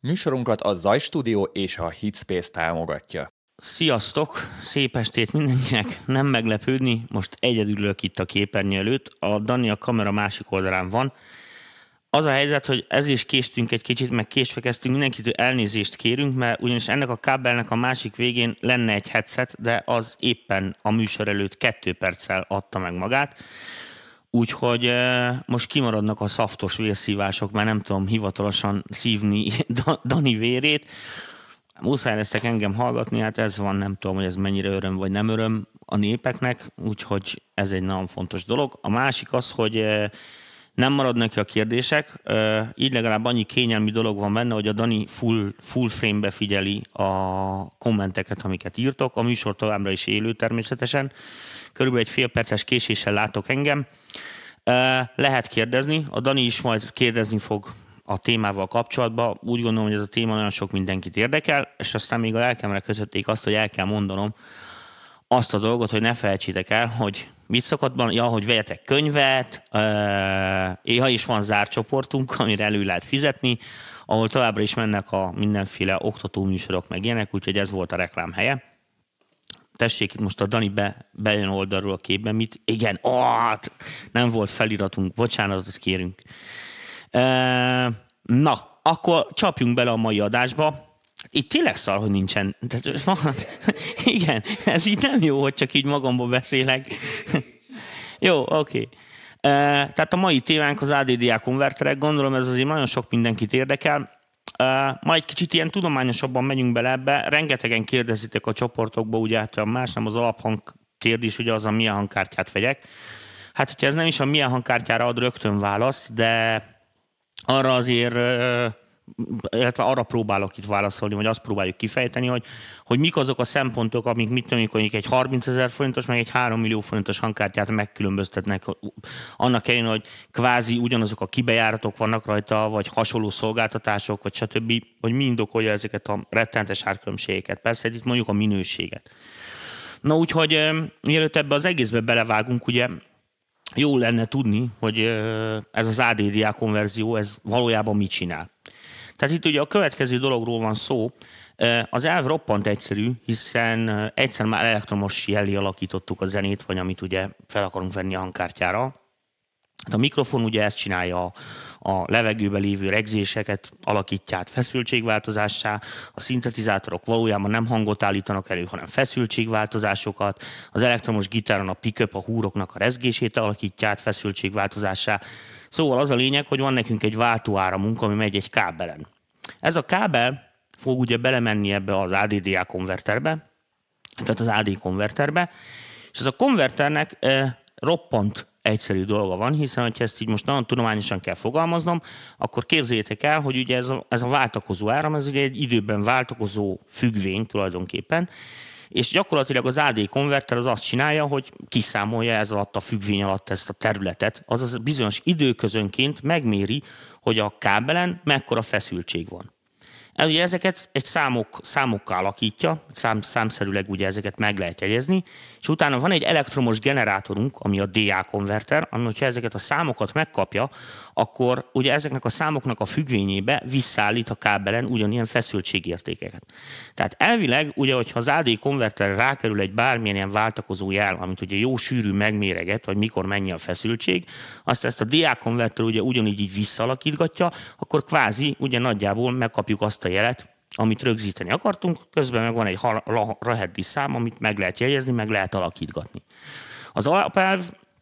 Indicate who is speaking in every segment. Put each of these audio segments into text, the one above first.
Speaker 1: Műsorunkat a Zaj Studio és a Hitspace támogatja.
Speaker 2: Sziasztok! Szép estét mindenkinek! Nem meglepődni, most egyedül ülök itt a képernyő előtt, a Dani a kamera másik oldalán van. Az a helyzet, hogy ezért is késtünk egy kicsit, meg késve kezdtünk, mindenkitől elnézést kérünk, mert ugyanis ennek a kábelnek a másik végén lenne egy headset, de az éppen a műsor előtt 2 perccel adta meg magát. Úgyhogy most kimaradnak a szaftos vérszívások, mert nem tudom hivatalosan szívni Dani vérét. Muszáj lesztek engem hallgatni, hát ez van, nem tudom, hogy ez mennyire öröm vagy nem öröm a népeknek, úgyhogy ez egy nagyon fontos dolog. A másik az, hogy nem maradnak ki a kérdések, így legalább annyi kényelmi dolog van benne, hogy a Dani full frame-be figyeli a kommenteket, amiket írtok. A műsor továbbra is élő természetesen. Körülbelül egy fél perces késéssel látok engem. Lehet kérdezni, a Dani is majd kérdezni fog a témával kapcsolatban. Úgy gondolom, hogy ez a téma nagyon sok mindenkit érdekel, és aztán még a lelkemre kötötték azt, hogy el kell mondanom azt a dolgot, hogy ne felejtsétek el, hogy mit szokott van, hogy vegyetek könyvet, éha is van zárt csoportunk, amire elő lehet fizetni, ahol továbbra is mennek a mindenféle oktatóműsorok meg ilyenek, úgyhogy ez volt a reklám helye. Tessék, itt most a Dani bejön oldalról a képben, mit? Igen, nem volt feliratunk, bocsánatot kérünk. Na, akkor csapjunk bele a mai adásba. Itt tényleg szar, hogy nincsen. Igen, ez így nem jó, hogy csak így magamból beszélek. Jó, oké. Tehát a mai témánk az ADDA konverterek, gondolom ez azért nagyon sok mindenkit érdekel. Ma egy kicsit ilyen tudományosabban megyünk bele ebbe. Rengetegen kérdezitek a csoportokba, ugye hát más nem az alaphang kérdés, ugye az a milyen hangkártyát vegyek. Hát, hogyha ez nem is a milyen hangkártyára ad rögtön választ, de arra azért, illetve arra próbálok itt válaszolni, vagy azt próbáljuk kifejteni, hogy mik azok a szempontok, amik mit tudom, mondjuk egy 30 000 forintos, meg egy 3 millió forintos hangkártyát megkülönböztetnek. Annak ellenére, hogy kvázi ugyanazok a kibejáratok vannak rajta, vagy hasonló szolgáltatások, vagy stb., hogy mi indokolja ezeket a rettentes árkülönbségeket. Persze itt mondjuk a minőséget. Na úgyhogy mielőtt ebbe az egészbe belevágunk, ugye jó lenne tudni, hogy ez az ADDA konverzió, ez valójában mit csinál. Tehát itt ugye a következő dologról van szó. Az elv roppant egyszerű, hiszen egyszer már elektromos jellé alakítottuk a zenét, vagy amit ugye fel akarunk venni a hangkártyára. A mikrofon ugye ezt csinálja, a levegőben lévő regzéseket alakítja át feszültségváltozássá, a szintetizátorok valójában nem hangot állítanak elő, hanem feszültségváltozásokat, az elektromos gitáron a pick-up a húroknak a rezgését alakítja át feszültségváltozássá. Szóval az a lényeg, hogy van nekünk egy váltóáramunk, ami megy egy kábelen. Ez a kábel fog ugye belemenni ebbe az ADDA konverterbe, tehát az AD konverterbe, és ez a konverternek roppant egyszerű dolga van, hiszen ha ezt így most nagyon tudományosan kell fogalmaznom, akkor képzeljétek el, hogy ugye ez a váltakozó áram, ez ugye egy időben váltakozó függvény tulajdonképpen, és gyakorlatilag az AD konverter az azt csinálja, hogy kiszámolja ez alatt a függvény alatt ezt a területet, azaz bizonyos időközönként megméri, hogy a kábelen mekkora feszültség van. Ugye ezeket egy számokkal alakítja, számszerűleg ugye ezeket meg lehet jegyezni, és utána van egy elektromos generátorunk, ami a DA konverter, ami hogyha ezeket a számokat megkapja, akkor ugye ezeknek a számoknak a függvényébe visszaállít a kábelen ugyanilyen feszültségértékeket. Tehát elvileg, ugye, hogyha az AD konverterre rákerül egy bármilyen ilyen váltakozó jel, amit ugye jó sűrű megméreget, vagy mikor mennyi a feszültség, azt ezt a DA konverter ugye ugyanígy így visszaalakítgatja, akkor kvázi ugye nagyjából megkapjuk azt a jelet, amit rögzíteni akartunk, közben meg van egy rahedli szám, amit meg lehet jegyezni, meg lehet alakítgatni. Az alapelv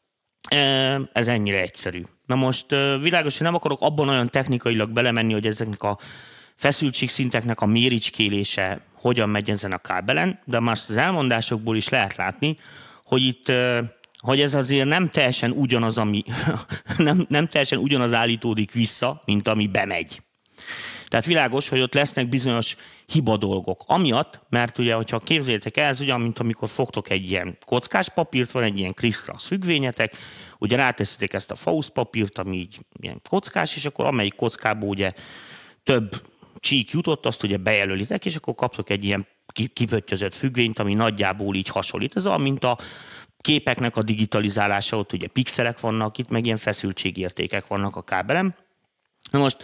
Speaker 2: ez ennyire egyszerű. Na most világos, hogy nem akarok abban olyan technikailag belemenni, hogy ezeknek a feszültségszinteknek a méricskélése hogyan megy ezen a kábelen, de már az elmondásokból is lehet látni, hogy itt hogy ez azért nem teljesen ugyanaz, ami nem teljesen ugyanaz állítódik vissza, mint ami bemegy. Tehát világos, hogy ott lesznek bizonyos hiba dolgok. Amiatt, mert ugye, hogyha képzeljétek el, ez ugyan, mint amikor fogtok egy ilyen kockás papírt, van egy ilyen krisz-krasz függvényetek, ugye ráteszitek ezt a Faust papírt, ami így ilyen kockás, és akkor amelyik kockából ugye több csík jutott, azt ugye bejelölitek, és akkor kaptok egy ilyen kipöttyözött függvényt, ami nagyjából így hasonlít. Ez olyan, mint a képeknek a digitalizálása, ott ugye pixelek vannak, itt meg ilyen feszültségértékek vannak a kábelem. Na most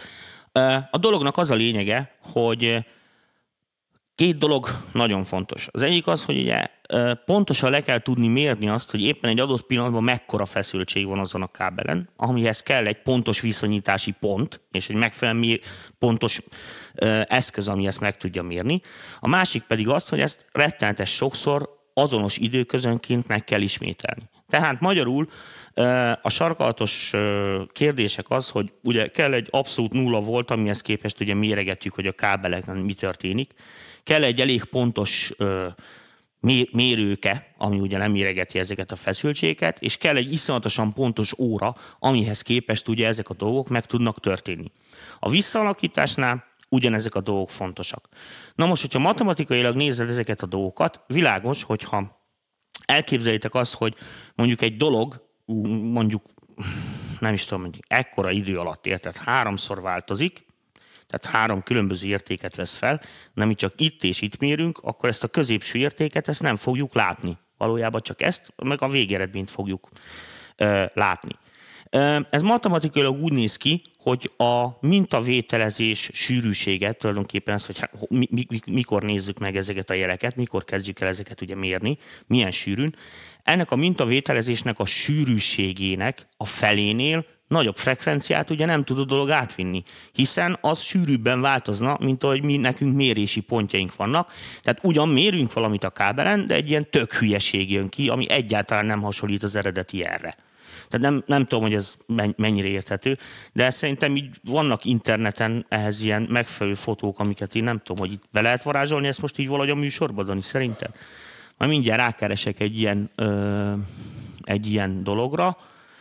Speaker 2: A dolognak az a lényege, hogy két dolog nagyon fontos. Az egyik az, hogy ugye pontosan le kell tudni mérni azt, hogy éppen egy adott pillanatban mekkora feszültség van azon a kábelen, amihez kell egy pontos viszonyítási pont, és egy megfelelően pontos eszköz, ami ezt meg tudja mérni. A másik pedig az, hogy ezt rettenetes sokszor azonos időközönként meg kell ismételni. Tehát magyarul a sarkalatos kérdések az, hogy ugye kell egy abszolút 0 volt, amihez képest ugye méregetjük, hogy a kábeleken mi történik. Kell egy elég pontos mérőke, ami ugye nem méregeti ezeket a feszültségeket, és kell egy iszonyatosan pontos óra, amihez képest ugye ezek a dolgok meg tudnak történni. A visszaalakításnál ugyanezek a dolgok fontosak. Na most, hogyha matematikailag nézed ezeket a dolgokat, világos, hogyha elképzelitek azt, hogy mondjuk egy dolog, mondjuk nem is tudom, mondjuk ekkora idő alatt tehát 3-szor változik, tehát 3 különböző értéket vesz fel, nem csak itt és itt mérünk, akkor ezt a középső értéket ezt nem fogjuk látni. Valójában csak ezt, meg a végeredményt fogjuk látni. Ez matematikailag úgy néz ki, hogy a mintavételezés sűrűsége, tulajdonképpen ez, hogy mikor nézzük meg ezeket a jeleket, mikor kezdjük el ezeket ugye mérni, milyen sűrűn. Ennek a mintavételezésnek a sűrűségének a felénél nagyobb frekvenciát ugye nem tud a dolog átvinni, hiszen az sűrűbben változna, mint ahogy nekünk mérési pontjaink vannak. Tehát ugyan mérünk valamit a kábelen, de egy ilyen tök hülyeség jön ki, ami egyáltalán nem hasonlít az eredeti erre. Tehát nem tudom, hogy ez mennyire érthető, de szerintem így vannak interneten ehhez ilyen megfelelő fotók, amiket én nem tudom, hogy itt be lehet varázsolni, ezt most így valahogy a műsorban, Dani, szerintem. Majd mindjárt rákeresek egy ilyen dologra.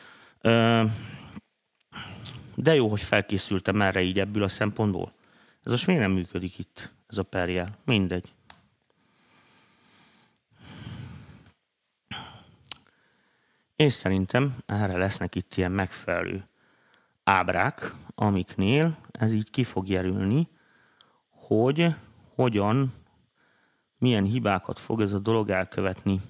Speaker 2: De jó, hogy felkészültem erre így ebből a szempontból. Ez most miért nem működik itt, ez a perjel? Mindegy. És szerintem erre lesznek itt ilyen megfelelő ábrák, amiknél ez így ki fog jelölni, hogy hogyan, milyen hibákat fog ez a dolog elkövetni.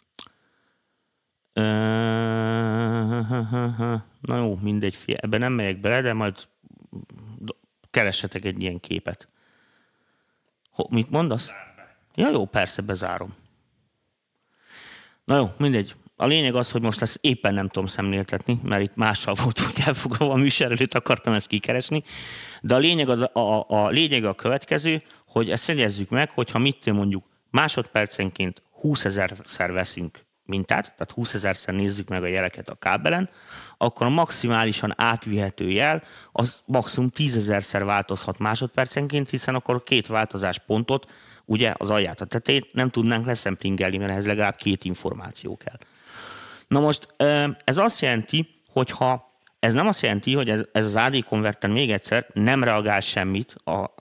Speaker 2: Na jó, mindegy, ebben nem megyek bele, de majd keressetek egy ilyen képet. Mit mondasz? Ja jó, persze, bezárom. Na jó, mindegy. A lényeg az, hogy most ezt éppen nem tudom szemléltetni, mert itt mással voltunk elfoglalva, a műsor előtt akartam ezt kikeresni. De a lényeg, a lényeg a következő, hogy ezt szegyezzük meg, hogyha mit mondjuk másodpercenként 20 000-szer veszünk mintát, tehát 20 000-szer nézzük meg a jeleket a kábelen, akkor a maximálisan átvihető jel az maximum 10 000-szer változhat másodpercenként, hiszen akkor 2 változáspontot, ugye az alját, a tetejét nem tudnánk leszemplingelni, mert ehhez legalább 2 információ kell. Na most ez azt jelenti, ez nem azt jelenti, hogy ez az AD konverter még egyszer nem reagál semmit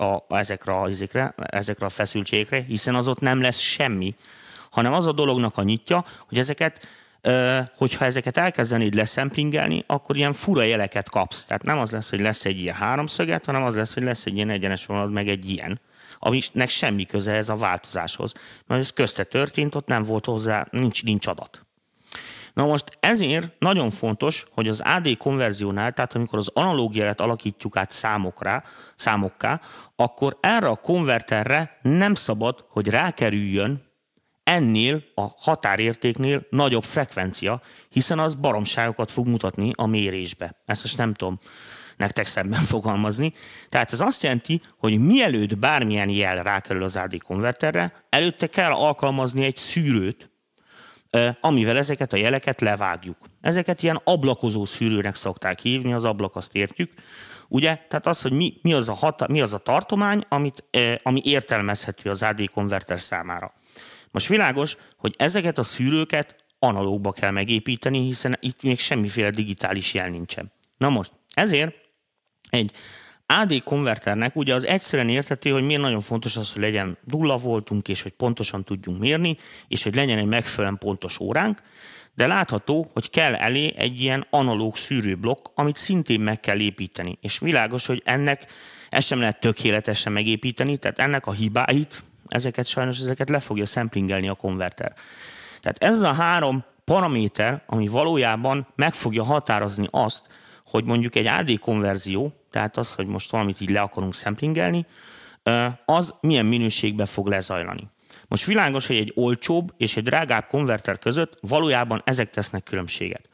Speaker 2: ezekre a feszültségekre, hiszen az ott nem lesz semmi, hanem az a dolognak a nyitja, hogy hogyha ezeket elkezdenéd leszemplingelni, akkor ilyen fura jeleket kapsz. Tehát nem az lesz, hogy lesz egy ilyen háromszöget, hanem az lesz, hogy lesz egy ilyen egyenes vonal, meg egy ilyen, aminek semmi köze ez a változáshoz. Mert ez közte történt, ott nem volt hozzá, nincs adat. Na most ezért nagyon fontos, hogy az AD konverziónál, tehát amikor az analóg jelet alakítjuk át számokká, akkor erre a konverterre nem szabad, hogy rákerüljön ennél a határértéknél nagyobb frekvencia, hiszen az baromságokat fog mutatni a mérésbe. Ezt most nem tudom nektek szemben fogalmazni. Tehát ez azt jelenti, hogy mielőtt bármilyen jel rákerül az AD konverterre, előtte kell alkalmazni egy szűrőt, amivel ezeket a jeleket levágjuk. Ezeket ilyen ablakozó szűrőnek szokták hívni, az ablak, azt értjük. Ugye? Tehát az, hogy mi az a tartomány, ami értelmezhető az AD konverter számára. Most világos, hogy ezeket a szűrőket analógba kell megépíteni, hiszen itt még semmiféle digitális jel nincsen. Na most, ezért egy AD konverternek ugye az egyszerűen érthető, hogy miért nagyon fontos az, hogy legyen 0 voltunk, és hogy pontosan tudjunk mérni, és hogy legyen egy megfelelően pontos óránk, de látható, hogy kell elé egy ilyen analóg szűrőblokk, amit szintén meg kell építeni. És világos, hogy ezt sem lehet tökéletesen megépíteni, tehát ennek a hibáit, ezeket le fogja szemplingelni a konverter. Tehát ez a 3 paraméter, ami valójában meg fogja határozni azt, hogy mondjuk egy AD konverzió, tehát az, hogy most valamit így le akarunk szemplingelni, az milyen minőségben fog lezajlani. Most világos, hogy egy olcsóbb és egy drágább konverter között valójában ezek tesznek különbséget.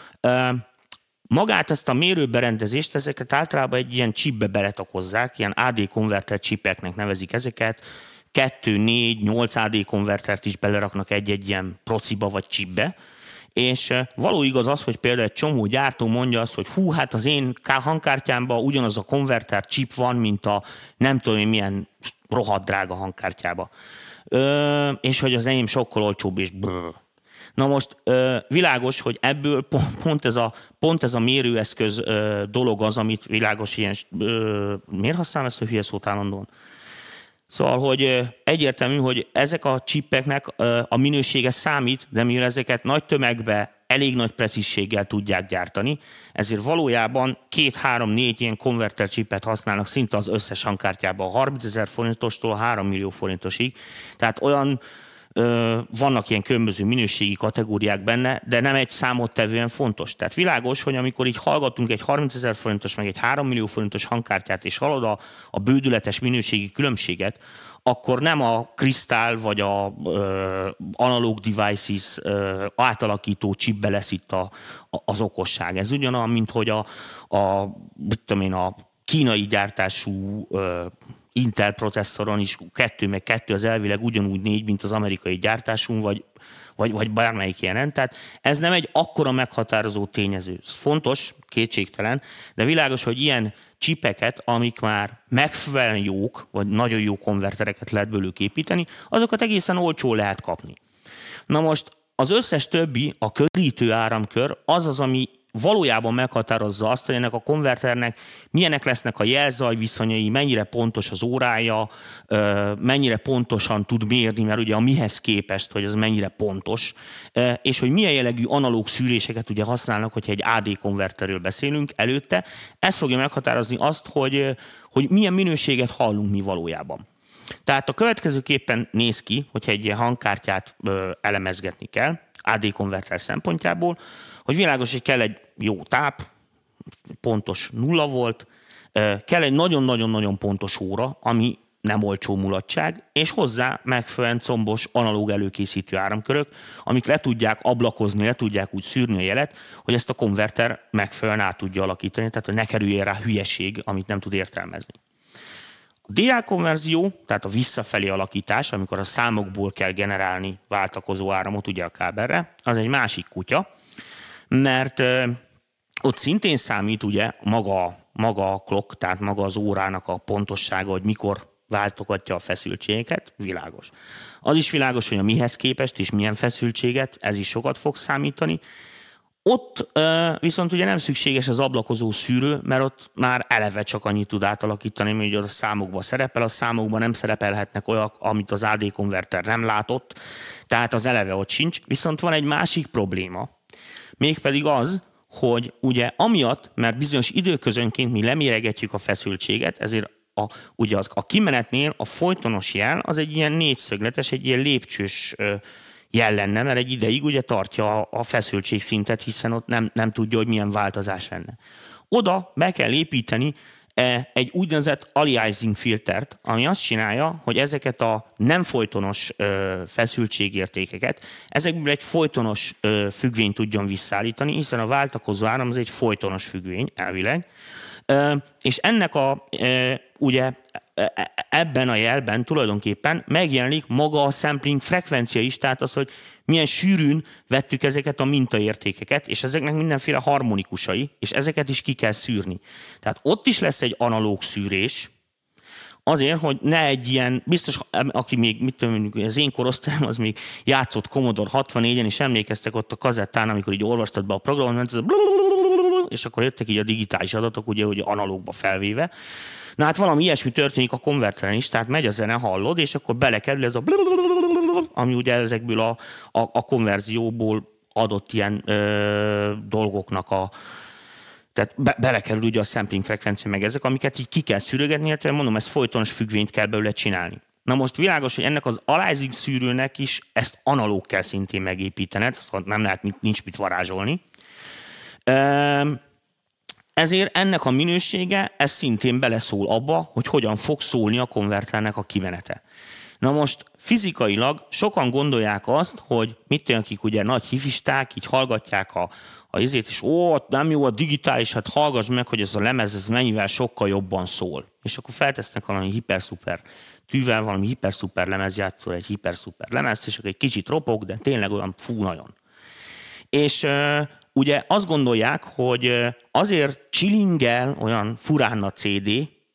Speaker 2: Magát ezt a mérőberendezést, ezeket általában egy ilyen chipbe beletakozzák, ilyen AD konverter chipeknek nevezik ezeket, 2, 4, 8 AD konvertert is beleraknak egy-egy ilyen prociba vagy chipbe, és való igaz az, hogy például egy csomó gyártó mondja azt, hogy hú, hát az én hangkártyámban ugyanaz a konverter chip van, mint a nem tudom én milyen rohadt drága hangkártyába. És hogy az enyém sokkal olcsóbb és brrr. Na most világos, hogy ebből pont ez a mérőeszköz dolog az, amit világos ilyen... miért használom ezt a hülye szót állandóan? Szóval, hogy egyértelmű, hogy ezek a csippeknek a minősége számít, de mivel ezeket nagy tömegbe elég nagy precízséggel tudják gyártani, ezért valójában 2-3-4 ilyen konverter csipet használnak szinte az összes hangkártyában, 30 000 forintostól 3 millió forintosig. Tehát olyan vannak ilyen különböző minőségi kategóriák benne, de nem egy számottevően fontos. Tehát világos, hogy amikor így hallgatunk egy 30 000 forintos, meg egy 3 millió forintos hangkártyát, és hallod a bődületes minőségi különbséget, akkor nem a Crystal vagy a Analog Devices átalakító chipbe lesz itt az okosság. Ez ugyanolyan, mint hogy a kínai gyártású Intel processzoron is 2/2 az elvileg ugyanúgy 4, mint az amerikai gyártásunk, vagy bármelyik ilyen. Tehát ez nem egy akkora meghatározó tényező. Ez fontos, kétségtelen, de világos, hogy ilyen csipeket, amik már megfelelően jók, vagy nagyon jó konvertereket lehet belőlük építeni, azokat egészen olcsó lehet kapni. Na most az összes többi, a körítő áramkör, az, ami valójában meghatározza azt, hogy ennek a konverternek milyenek lesznek a jelzaj viszonyai, mennyire pontos az órája, mennyire pontosan tud mérni, mert ugye a mihez képest, hogy az mennyire pontos, és hogy milyen jellegű analóg szűréseket ugye használnak, hogyha egy AD konverterről beszélünk előtte. Ez fogja meghatározni azt, hogy milyen minőséget hallunk mi valójában. Tehát a következőképpen néz ki, hogyha egy ilyen hangkártyát elemezgetni kell, AD konverter szempontjából, hogy világos, hogy kell egy jó táp, pontos 0 volt, kell egy nagyon-nagyon-nagyon pontos óra, ami nem olcsó mulatság, és hozzá megfelelően combos analóg előkészítő áramkörök, amik le tudják ablakozni, le tudják úgy szűrni a jelet, hogy ezt a konverter megfelelően át tudja alakítani, tehát hogy ne kerüljön rá hülyeség, amit nem tud értelmezni. A DA konverzió, tehát a visszafelé alakítás, amikor a számokból kell generálni váltakozó áramot ugye a kábelre, az egy másik kutya, mert ott szintén számít ugye maga a clock, tehát maga az órának a pontossága, hogy mikor váltogatja a feszültségeket, világos. Az is világos, hogy a mihez képest és milyen feszültséget, ez is sokat fog számítani. Ott viszont ugye nem szükséges az ablakozó szűrő, mert ott már eleve csak annyit tud átalakítani, hogy a számokban szerepel, a számokban nem szerepelhetnek olyak, amit az AD konverter nem látott, tehát az eleve ott sincs. Viszont van egy másik probléma, mégpedig az, hogy ugye amiatt, mert bizonyos időközönként mi leméregetjük a feszültséget, ezért ugye a kimenetnél a folytonos jel az egy ilyen négyszögletes, egy ilyen lépcsős jel lenne, mert egy ideig ugye tartja a feszültségszintet, hiszen ott nem tudja, hogy milyen változás lenne. Oda be kell építeni egy úgynevezett aliasing filtert, ami azt csinálja, hogy ezeket a nem folytonos feszültségértékeket, ezekből egy folytonos függvényt tudjon visszaállítani, hiszen a váltakozó áram az egy folytonos függvény elvileg, és ennek ugye ebben a jelben tulajdonképpen megjelenik maga a sampling frekvencia is, tehát az, hogy milyen sűrűn vettük ezeket a mintaértékeket, és ezeknek mindenféle harmonikusai, és ezeket is ki kell szűrni. Tehát ott is lesz egy analóg szűrés, azért, hogy ne egy ilyen, biztos, aki még, mit tudom, az én korosztályom, az még játszott Commodore 64-en, és emlékeztek ott a kazettán, amikor így olvastad be a programot, ez a és akkor jöttek így a digitális adatok, ugye, hogy analógba felvéve. Na hát valami ilyesmi történik a konverteren is, tehát megy a zene, hallod, és akkor belekerül ez a ami ugye ezekből a konverzióból adott ilyen dolgoknak tehát belekerül ugye a sampling frekvencia meg ezek, amiket így ki kell szűrögetni, illetve mondom, ez folytonos függvényt kell belőle csinálni. Na most világos, hogy ennek az aliasing szűrőnek is ezt analóg kell szintén megépítened, szóval nem lehet, nincs mit varázsolni. ezért ennek a minősége, ez szintén beleszól abba, hogy hogyan fog szólni a konverternek a kimenete. Na most fizikailag sokan gondolják azt, hogy akik ugye nagy hifisták, így hallgatják a izét, és nem jó a digitális, hát hallgass meg, hogy ez a lemez ez mennyivel sokkal jobban szól. És akkor feltesznek valami hiper-szuper tűvel, valami hiper-szuper lemezjátszó, egy hiper-szuper lemezt, és akkor egy kicsit ropog, de tényleg olyan nagyon. És ugye azt gondolják, hogy azért csilingel olyan furán a CD,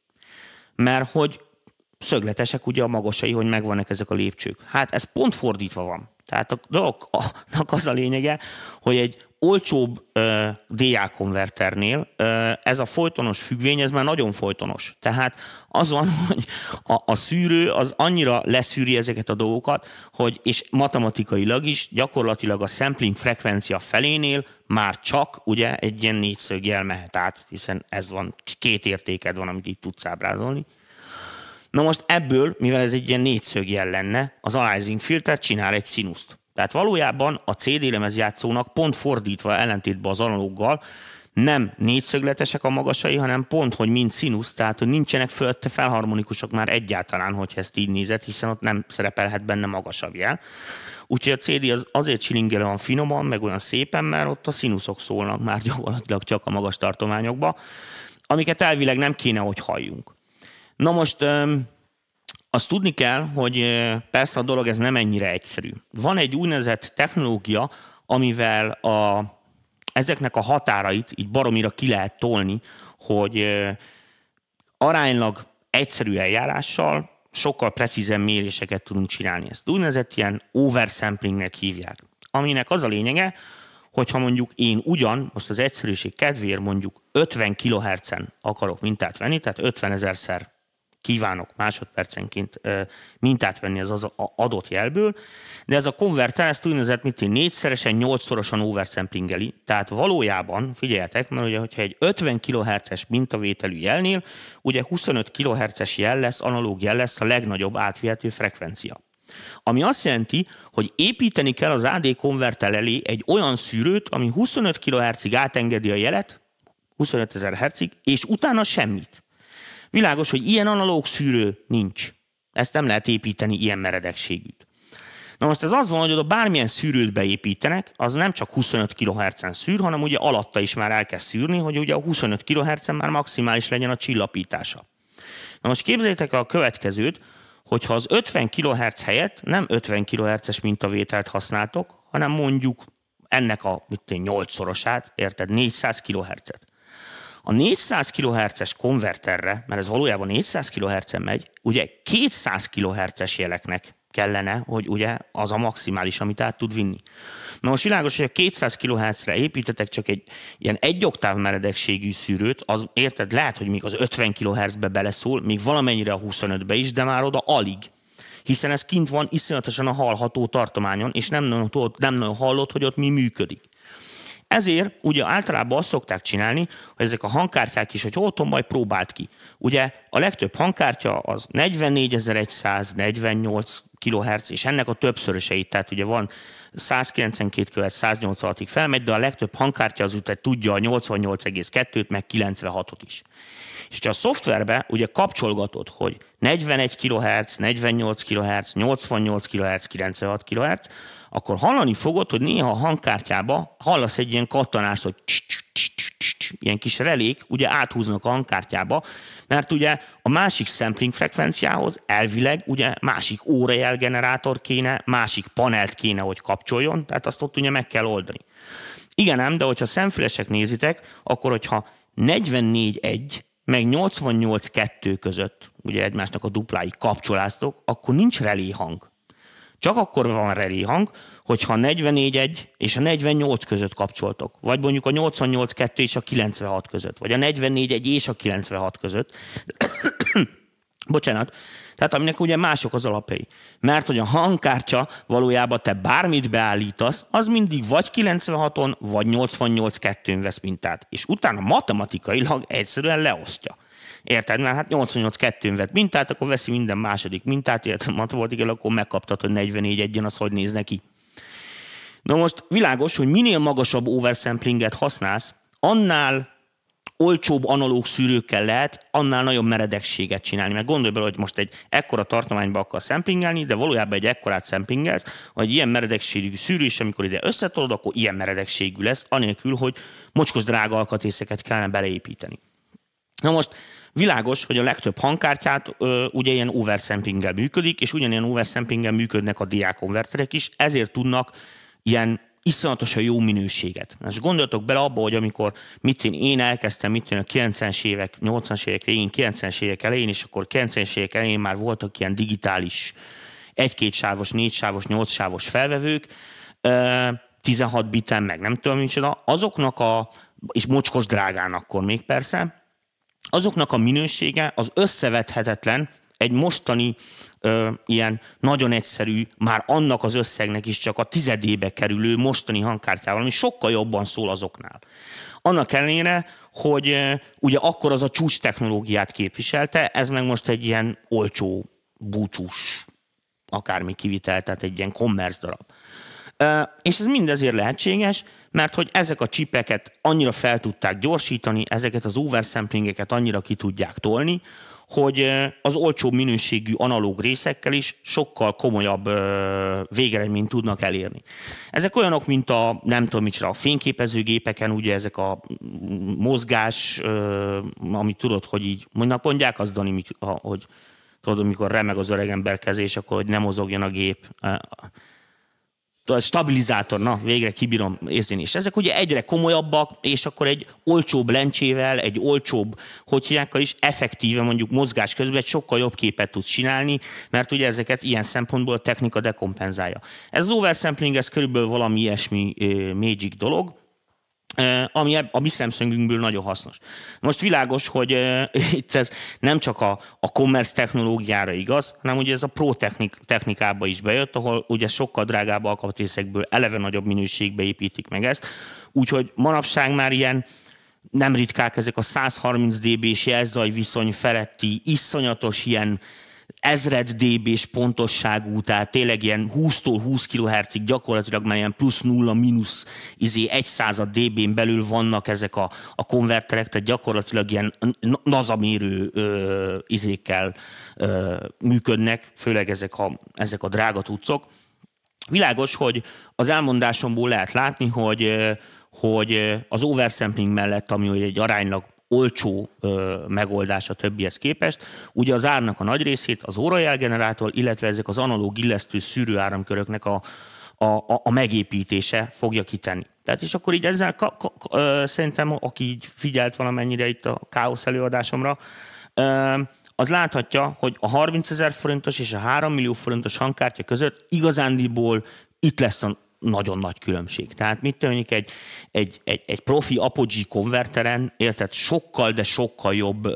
Speaker 2: mert hogy szögletesek ugye a magasai, hogy megvannak ezek a lépcsők. Hát ez pont fordítva van. Tehát a dolognak az a lényege, hogy egy olcsóbb DA konverternél ez a folytonos függvény, ez már nagyon folytonos. Tehát az van, hogy a szűrő az annyira leszűri ezeket a dolgokat, hogy, és matematikailag is gyakorlatilag a sampling frekvencia felénél már csak ugye egy ilyen négyszögjel mehet át, hiszen ez van, két értéked van, amit így tudsz ábrázolni. Na most ebből, mivel ez egy ilyen négyszögjel lenne, az aliasing filter csinál egy színuszt. Tehát valójában a CD lemezjátszónak pont fordítva ellentétben az analóggal nem négyszögletesek a magasai, hanem pont, hogy mind színusz, tehát hogy nincsenek fölötte felharmonikusok már egyáltalán, hogyha ezt így nézed, hiszen ott nem szerepelhet benne magasabb jel. Úgyhogy a CD az azért csilingel olyan finoman, meg olyan szépen, mert ott a színuszok szólnak már gyakorlatilag csak a magas tartományokba, amiket elvileg nem kéne, hogy halljunk. Na most azt tudni kell, hogy persze a dolog ez nem ennyire egyszerű. Van egy úgynevezett technológia, amivel ezeknek a határait így baromira ki lehet tolni, hogy aránylag egyszerű eljárással sokkal precízen méréseket tudunk csinálni. Ezt úgynevezett ilyen oversamplingnek hívják. Aminek az a lényege, hogyha mondjuk én most az egyszerűség kedvéért mondjuk 50 kHz-en akarok mintát venni, tehát 50 000-szer kívánok másodpercenként mintát venni az adott jelből, de ez a konverter ezt úgynevezett négyszeresen, 8-szorosan oversamplingeli. Tehát valójában, figyeljetek, mert ugye, hogyha egy 50 kHz-es mintavételű jelnél, ugye 25 kHz-es jel lesz, analóg jel lesz a legnagyobb átvihető frekvencia. Ami azt jelenti, hogy építeni kell az AD konverter elé egy olyan szűrőt, ami 25 kHz-ig átengedi a jelet, 25 000 Hz-ig, és utána semmit. Világos, hogy ilyen analóg szűrő nincs. Ezt nem lehet építeni ilyen meredekségűt. Na most ez az van, hogy oda bármilyen szűrőt beépítenek, az nem csak 25 kHz-en szűr, hanem ugye alatta is már elkezd szűrni, hogy ugye a 25 kHz-en már maximális legyen a csillapítása. Na most képzeljétek el a következőt, hogyha az 50 kHz helyett nem 50 kHz-es mintavételt használtok, hanem mondjuk ennek a 8-szorosát, érted, 400 kHz-et. A 400 kHz-es konverterre, mert ez valójában 400 kHz-en megy, ugye 200 kHz-es jeleknek kellene, hogy ugye az a maximális, amit át tud vinni. Na most világos, hogy a 200 kHz-re építetek csak egy ilyen 1 oktáv meredekségű szűrőt, az érted, lehet, hogy még az 50 kHz-be beleszól, még valamennyire a 25-be is, de már oda alig. Hiszen ez kint van iszonyatosan a hallható tartományon, és nem nagyon hallod, hogy ott mi működik. Ezért ugye általában azt szokták csinálni, hogy ezek a hangkártyák is, hogy otthon majd próbált ki. Ugye a legtöbb hangkártya az 44100, 48 kHz, és ennek a többszöröseit, tehát ugye van 192 kHz, 186-ig felmegy, de a legtöbb hangkártya az úgy tudja a 88,2-t, meg 96-ot is. És ha a szoftverbe ugye kapcsolgatod, hogy 41 kHz, 48 kHz, 88 kHz, 96 kHz, akkor hallani fogod, hogy néha a hangkártyába hallasz egy ilyen kattanást, hogy ilyen kis relék ugye áthúznak a hangkártyába, mert ugye a másik sampling frekvenciához elvileg ugye másik órajelgenerátor kéne, másik panelt kéne, hogy kapcsoljon, tehát azt ott ugye meg kell oldani. Igen ám, de hogyha szemfülesek nézitek, akkor hogyha 44.1 meg 88.2 között, ugye egymásnak a dupláig kapcsoláztok, akkor nincs relé hang. Csak akkor van relé hang, hogyha a 44.1 és a 48 között kapcsoltok, vagy mondjuk a 88.2 és a 96 között, vagy a 44.1 és a 96 között. Bocsánat. Tehát aminek ugye mások az alapjai. Mert hogy a hangkártya valójában te bármit beállítasz, az mindig vagy 96-on, vagy 88.2-n vesz mintát. És utána matematikailag egyszerűen leosztja. Érted? Mert hát 88.2-n vett mintát, akkor veszi minden második mintát, érted? Matematikailag akkor megkaptad, hogy 44.1-en az hogy néz neki. Na most világos, hogy minél magasabb oversamplinget használsz, annál olcsóbb analóg szűrőkkel lehet annál nagyobb meredekséget csinálni. Mert gondolj bele, hogy most egy ekkora tartományba akar szempingelni, de valójában egy ekkorát szempingelsz, vagy ilyen meredekségű szűrő is, amikor ide összetolod, akkor ilyen meredekségű lesz, anélkül, hogy mocskos drága alkatrészeket kellene beleépíteni. Na most világos, hogy a legtöbb hangkártyát ugye ilyen oversamplinggel működik, és ugyanilyen oversamplinggel működnek a DA konverterek is, ezért tudnak ilyen iszonyatosan jó minőséget. Most gondoljatok bele abba, hogy amikor én elkezdtem a 90-es évek, 80-as évek végén, 90-es évek elején, és akkor 90-es évek elején már voltak ilyen digitális 1-2 sávos, 4 sávos, 8 sávos felvevők, 16 biten, meg nem tudom micsoda, azoknak és mocskos drágán akkor még persze, azoknak a minősége az összevethetetlen egy mostani ilyen nagyon egyszerű, már annak az összegnek is csak a tizedébe kerülő mostani hangkártyával, ami sokkal jobban szól azoknál. Annak ellenére, hogy ugye akkor az a csúcs technológiát képviselte, ez meg most egy ilyen olcsó, búcsús, akármi kivitel, tehát egy ilyen commerce darab. És ez mindezért lehetséges, mert hogy ezek a csipeket annyira fel tudták gyorsítani, ezeket az oversamplingeket annyira ki tudják tolni, hogy az olcsóbb minőségű analóg részekkel is sokkal komolyabb végeredményt tudnak elérni. Ezek olyanok, mint a fényképezőgépeken, ugye ezek a mozgás, amit tudod, hogy így mondják, az Dani, hogy tudod, amikor remeg az öregember kezés, akkor hogy nem mozogjon a gép. Stabilizátor, na végre kibírom érzeni. És ezek ugye egyre komolyabbak, és akkor egy olcsóbb lencsével, egy olcsóbb, is effektíve mondjuk mozgás közben egy sokkal jobb képet tudsz csinálni, mert ugye ezeket ilyen szempontból a technika dekompenzálja. Ez az oversampling, ez körülbelül valami ilyesmi magic dolog, ami a mi szemszögünkből nagyon hasznos. Most világos, hogy itt ez nem csak a commerce technológiára igaz, hanem ugye ez a pro technikába is bejött, ahol ugye sokkal drágább alkatrészekből eleve nagyobb minőségbe építik meg ezt. Úgyhogy manapság már ilyen nem ritkák ezek a 130 dB-s jelzaj viszony feletti, iszonyatos ilyen 1000 dB-s pontosságú, tehát tényleg ilyen 20-tól 20 kHz-ig gyakorlatilag már ilyen plusz nulla, mínusz 1/100 dB-n belül vannak ezek a konverterek, tehát gyakorlatilag ilyen NASA mérő izékkel működnek, főleg ezek a drága cuccok. Világos, hogy az elmondásomból lehet látni, hogy az oversampling mellett, ami egy aránylag olcsó megoldás a többihez képest, ugye az árnak a nagy részét az órajelgenerátor, illetve ezek az analóg illesztő szűrőáramköröknek a megépítése fogja kitenni. Tehát és akkor így ezzel szerintem, aki így figyelt valamennyire itt a Káosz előadásomra, az láthatja, hogy a 30 000 forintos és a 3 millió forintos hangkártya között igazándiból itt lesz a nagyon nagy különbség. Tehát mit tűnik egy profi Apogee konverteren, érted, sokkal, de sokkal jobb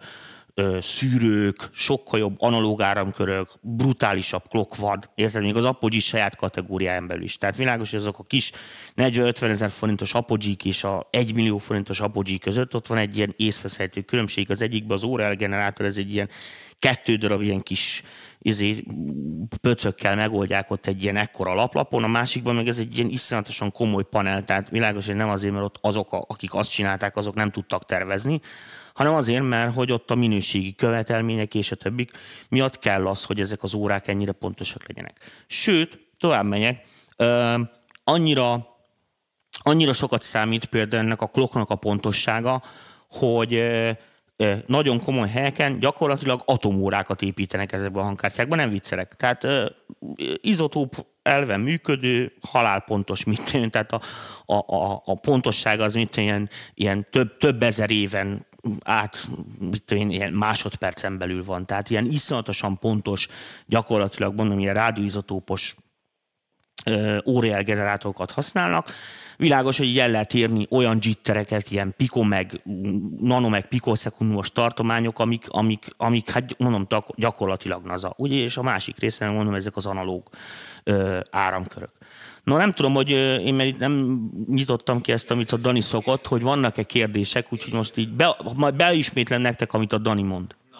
Speaker 2: szűrők, sokkal jobb analóg áramkörök, brutálisabb clockvad, érted, még az Apogee saját kategóriáján belül is. Tehát világos, hogy azok a kis 40-50 000 forintos Apogee-k és a 1 millió forintos Apogee között ott van egy ilyen észveszhető különbség. Az egyikben az óraelgenerátor, ez egy ilyen 2 darab ilyen kis pöcökkel megoldják ott egy ilyen ekkora laplapon, a másikban meg ez egy ilyen iszonyatosan komoly panel, tehát világos, hogy nem azért, mert ott azok, akik azt csinálták, azok nem tudtak tervezni, hanem azért, mert hogy ott a minőségi követelmények és a többik miatt kell az, hogy ezek az órák ennyire pontosak legyenek. Sőt, tovább megyek, annyira sokat számít például ennek a clocknak a pontossága, hogy nagyon komoly helyeken gyakorlatilag atomórákat építenek ezekben a hangkártyákban, nem viccelek. Tehát izotóp elven működő, halálpontos, tehát a pontosság az ilyen több ezer éven át, ilyen másodpercen belül van. Tehát ilyen iszonyatosan pontos, gyakorlatilag mondom, ilyen rádióizotópos órajelgenerátorokat használnak. Világos, hogy el lehet érni olyan jittereket, ilyen nano meg pikoszekundumos tartományok, amik hát mondom, gyakorlatilag NASA. Ugye, és a másik részen mondom, ezek az analóg áramkörök. No, nem tudom, hogy én már itt nem nyitottam ki ezt, amit a Dani szokott, hogy vannak-e kérdések, úgyhogy most így majd beismétlem nektek, amit a Dani mond. Na,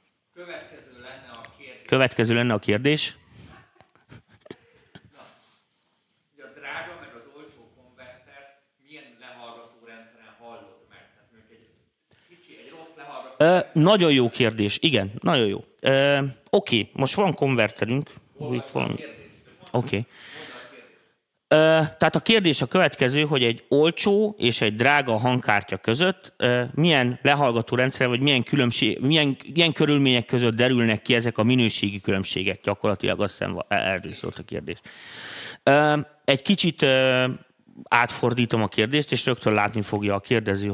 Speaker 2: következő lenne a kérdés. Nagyon jó kérdés, igen, nagyon jó. Oké, most van konverterünk. Oké. Tehát a kérdés a következő, hogy egy olcsó és egy drága hangkártya között milyen lehallgató rendszer, vagy milyen körülmények között derülnek ki ezek a minőségi különbségek. Gyakorlatilag azt hiszem, erről szólt a kérdés. Egy kicsit átfordítom a kérdést, és rögtön látni fogja a kérdező,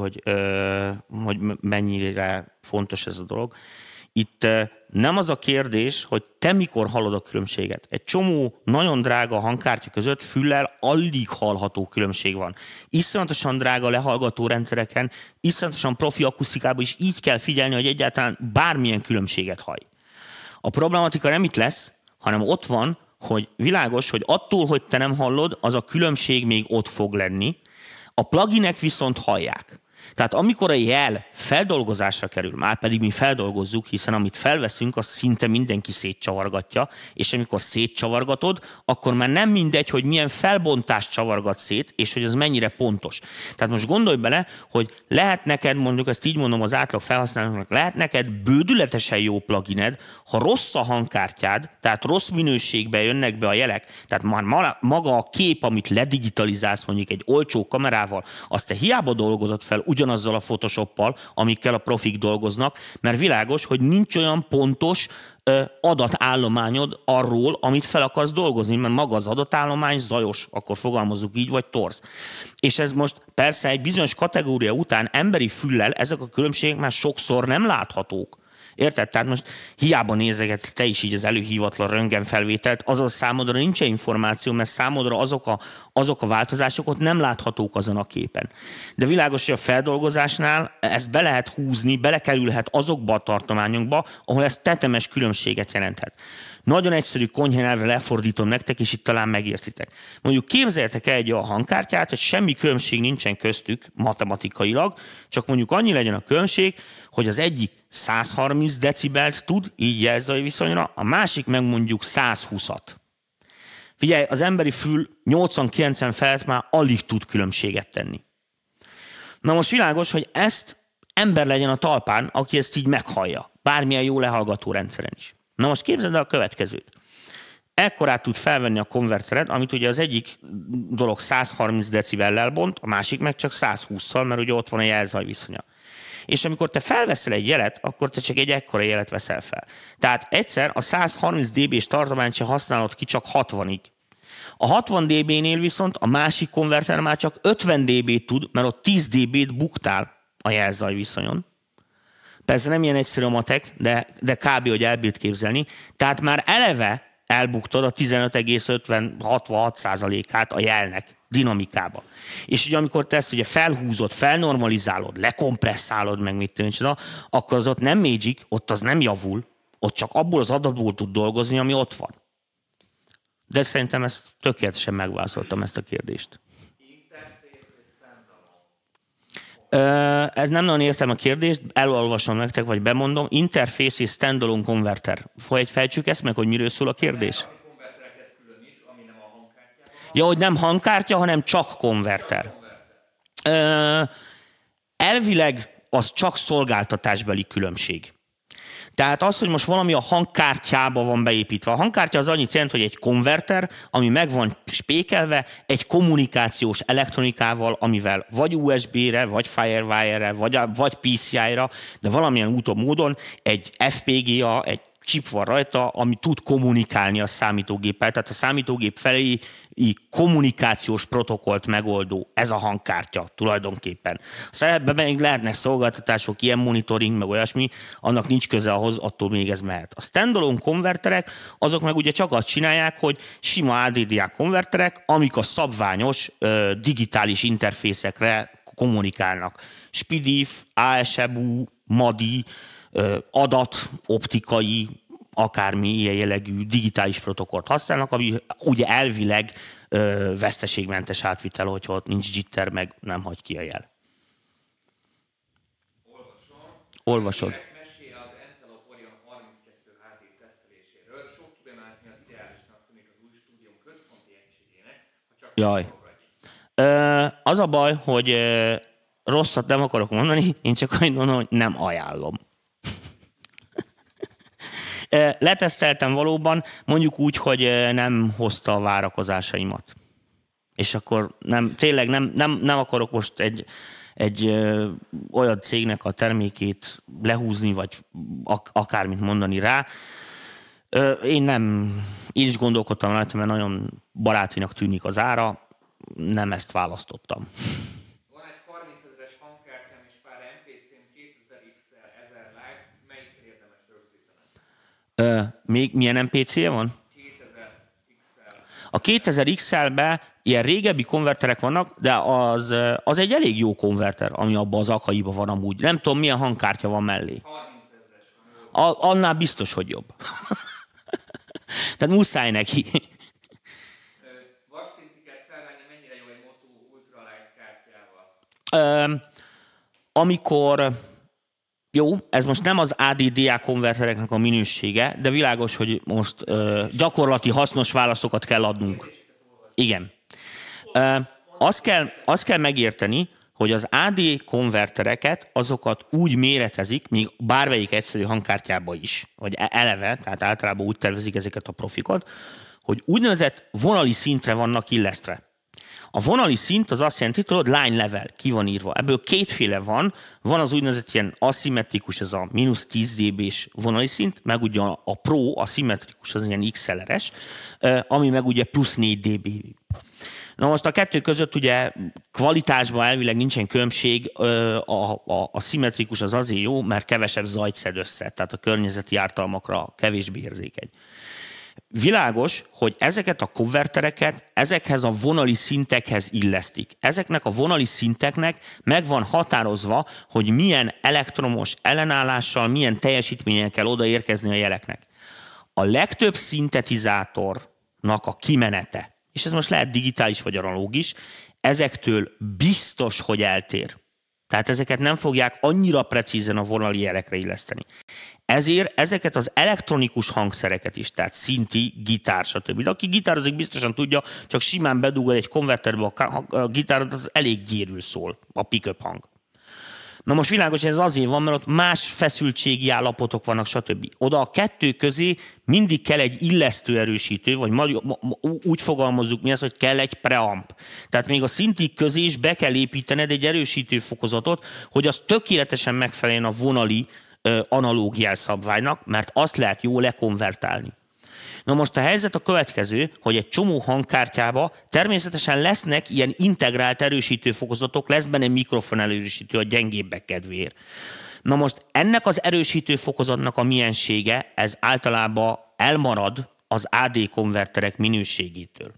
Speaker 2: hogy mennyire fontos ez a dolog. Itt nem az a kérdés, hogy te mikor hallod a különbséget. Egy csomó nagyon drága hangkártya között füllel alig hallható különbség van. Iszonyatosan drága lehallgató rendszereken, iszonyatosan profi akusztikában is így kell figyelni, hogy egyáltalán bármilyen különbséget hallj. A problematika nem itt lesz, hanem ott van, hogy világos, hogy attól, hogy te nem hallod, az a különbség még ott fog lenni. A pluginek viszont hallják. Tehát amikor a jel feldolgozásra kerül, már pedig mi feldolgozzuk, hiszen amit felveszünk, azt szinte mindenki szétcsavargatja, és amikor szétcsavargatod, akkor már nem mindegy, hogy milyen felbontást csavargat szét, és hogy az mennyire pontos. Tehát most gondolj bele, hogy lehet neked, mondjuk ezt így mondom az átlag felhasználóknak, lehet neked bődületesen jó plugined, ha rossz a hangkártyád, tehát rossz minőségben jönnek be a jelek, tehát már maga a kép, amit ledigitalizálsz mondjuk egy olcsó kamerával, azt te hiába dolgozod fel ugyanazzal a Photoshoppal, amikkel a profik dolgoznak, mert világos, hogy nincs olyan pontos adatállományod arról, amit fel akarsz dolgozni, mert maga az adatállomány zajos, akkor fogalmazzuk így, vagy torz. És ez most persze egy bizonyos kategória után emberi füllel ezek a különbségek már sokszor nem láthatók. Érted? Tehát most hiába nézeget te is így az előhívatlan röntgenfelvételt, azaz számodra nincs információ, mert számodra azok a változások ott nem láthatók azon a képen. De világos, hogy a feldolgozásnál ezt be lehet húzni, belekerülhet azokba a tartományokba, ahol ez tetemes különbséget jelenthet. Nagyon egyszerű konyhanyelvre lefordítom nektek, és itt talán megértitek. Mondjuk képzeljetek el egy olyan hangkártyát, hogy semmi különbség nincsen köztük matematikailag, csak mondjuk annyi legyen a különbség, hogy az egyik 130 decibelt tud, így jelzői viszonyra, a másik meg mondjuk 120-at. Figyelj, az emberi fül 80-90 felett már alig tud különbséget tenni. Na most világos, hogy ezt ember legyen a talpán, aki ezt így meghallja, bármilyen jó lehallgató rendszeren is. Na most képzeld el a következőt. Ekkorát tud felvenni a konvertered, amit ugye az egyik dolog 130 decibellel bont, a másik meg csak 120-szal, mert ugye ott van a jelzaj viszonya. És amikor te felveszel egy jelet, akkor te csak egy ekkora jelet veszel fel. Tehát egyszer a 130 dB-s tartományt se használod ki csak 60-ig. A 60 dB-nél viszont a másik konverter már csak 50 dB-t tud, mert ott 10 dB-t buktál a jelzaj viszonyon. Persze nem ilyen egyszerű a matek, de kb. Hogy elbírt képzelni. Tehát már eleve elbuktad a 15,66% a jelnek dinamikába. És ugye amikor te ezt ugye felhúzod, felnormalizálod, lekompresszálod meg mit tűncsoda, akkor az ott nem magic, ott az nem javul, ott csak abból az adatból tud dolgozni, ami ott van. De szerintem ezt tökéletesen megválaszoltam ezt a kérdést. Ez nem nagyon értem a kérdést, elolvasom nektek, vagy bemondom. Interface és standalone konverter. Fejtsük ezt meg, hogy miről szól a kérdés? Ja, hogy nem hangkártya, hanem csak konverter. Elvileg az csak szolgáltatásbeli különbség. Tehát az, hogy most valami a hangkártyába van beépítve. A hangkártya az annyit jelent, hogy egy konverter, ami meg van spékelve, egy kommunikációs elektronikával, amivel vagy USB-re, vagy Firewire-re, vagy PCI-ra, de valamilyen úton módon egy FPGA, egy chip van rajta, ami tud kommunikálni a számítógéppel. Tehát a számítógép felé kommunikációs protokollt megoldó, ez a hangkártya tulajdonképpen. Ebben még lehetnek szolgáltatások, ilyen monitoring, meg olyasmi, annak nincs köze ahhoz, attól még ez mehet. A standalone konverterek, azok meg ugye csak azt csinálják, hogy sima ADDA konverterek, amik a szabványos digitális interfészekre kommunikálnak. SPDIF, ASMU, MADI, adat, optikai, akármi ilyen jellegű digitális protokollt használnak, ami ugye elvileg veszteségmentes átvitel, hogyha ott nincs jitter, meg nem hagy ki a jel. Olvasod.
Speaker 1: Mesél az Intel Orion 32 HD teszteléséről. Sok kibemelet miatt ideálisnak tűnik az új stúdióm központi egységének, ha csak
Speaker 2: Jaj. Az a baj, hogy rosszat nem akarok mondani, én csak annyit mondom, hogy nem ajánlom. Leteszteltem valóban, mondjuk úgy, hogy nem hozta a várakozásaimat. És akkor tényleg nem akarok most egy olyan cégnek a termékét lehúzni, vagy akármit mondani rá. Én is gondolkodtam rajta, mert nagyon barátinak tűnik az ára, nem ezt választottam.
Speaker 1: Van egy 30 000-es hangkártyám és pár MPC-m, 2000 XL, 1000 Lite, melyiket érdemes rögzíteni?
Speaker 2: Még milyen MPC-je van?
Speaker 1: 2000 XL.
Speaker 2: A 2000 XL-be ilyen régebbi konverterek vannak, de az egy elég jó konverter, ami abban az akaiban van amúgy. Nem tudom, milyen hangkártya van mellé.
Speaker 1: 30 000-es van.
Speaker 2: Annál biztos, hogy jobb. Tehát muszáj neki.
Speaker 1: Vasszinteket felvenni mennyire jó egy Motu Ultralight kártyával?
Speaker 2: Amikor... Jó, ez most nem az ADDA konvertereknek a minősége, de világos, hogy most gyakorlati hasznos válaszokat kell adnunk. Igen. Azt kell megérteni, hogy az AD konvertereket, azokat úgy méretezik, még bármelyik egyszerű hangkártyában is, vagy eleve, tehát általában úgy tervezik ezeket a profikat, hogy úgynevezett vonali szintre vannak illesztve. A vonali szint az azt jelenti, tudod, line level, ki van írva. Ebből kétféle van. Van az úgynevezett ilyen aszimmetrikus, ez a mínusz 10 dB-s vonali szint, meg ugye a Pro, a szimmetrikus, az ilyen XLR-es, ami meg ugye plusz 4 dB. Na most a kettő között ugye kvalitásban elvileg nincsen különbség, a szimmetrikus az azért jó, mert kevesebb zajt szed össze, tehát a környezeti ártalmakra kevésbé érzékeny. Világos, hogy ezeket a konvertereket ezekhez a vonali szintekhez illesztik. Ezeknek a vonali szinteknek meg van határozva, hogy milyen elektromos ellenállással, milyen teljesítményen kell odaérkezni a jeleknek. A legtöbb szintetizátornak a kimenete, és ez most lehet digitális vagy analóg is, ezektől biztos, hogy eltér. Tehát ezeket nem fogják annyira precízen a vonali jelekre illeszteni. Ezért ezeket az elektronikus hangszereket is, tehát szinti, gitár, stb. De aki gitározik, biztosan tudja, csak simán bedugod egy konverterbe a gitárot, az elég gyérül szól, a pick-up hang. Na most világos, hogy ez azért van, mert ott más feszültségi állapotok vannak, stb. Oda a kettő közé mindig kell egy illesztő erősítő, vagy úgy fogalmazzuk mi ezt, hogy kell egy preamp. Tehát még a szintik közé is be kell építened egy erősítő fokozatot, hogy az tökéletesen megfeleljen a vonali analóg jelszabványnak, mert azt lehet jól lekonvertálni. Na most a helyzet a következő, hogy egy csomó hangkártyába természetesen lesznek ilyen integrált erősítőfokozatok, lesz benne mikrofon erősítő a gyengébbek kedvéért. Na most ennek az erősítőfokozatnak a miensége, ez általában elmarad az AD konverterek minőségétől.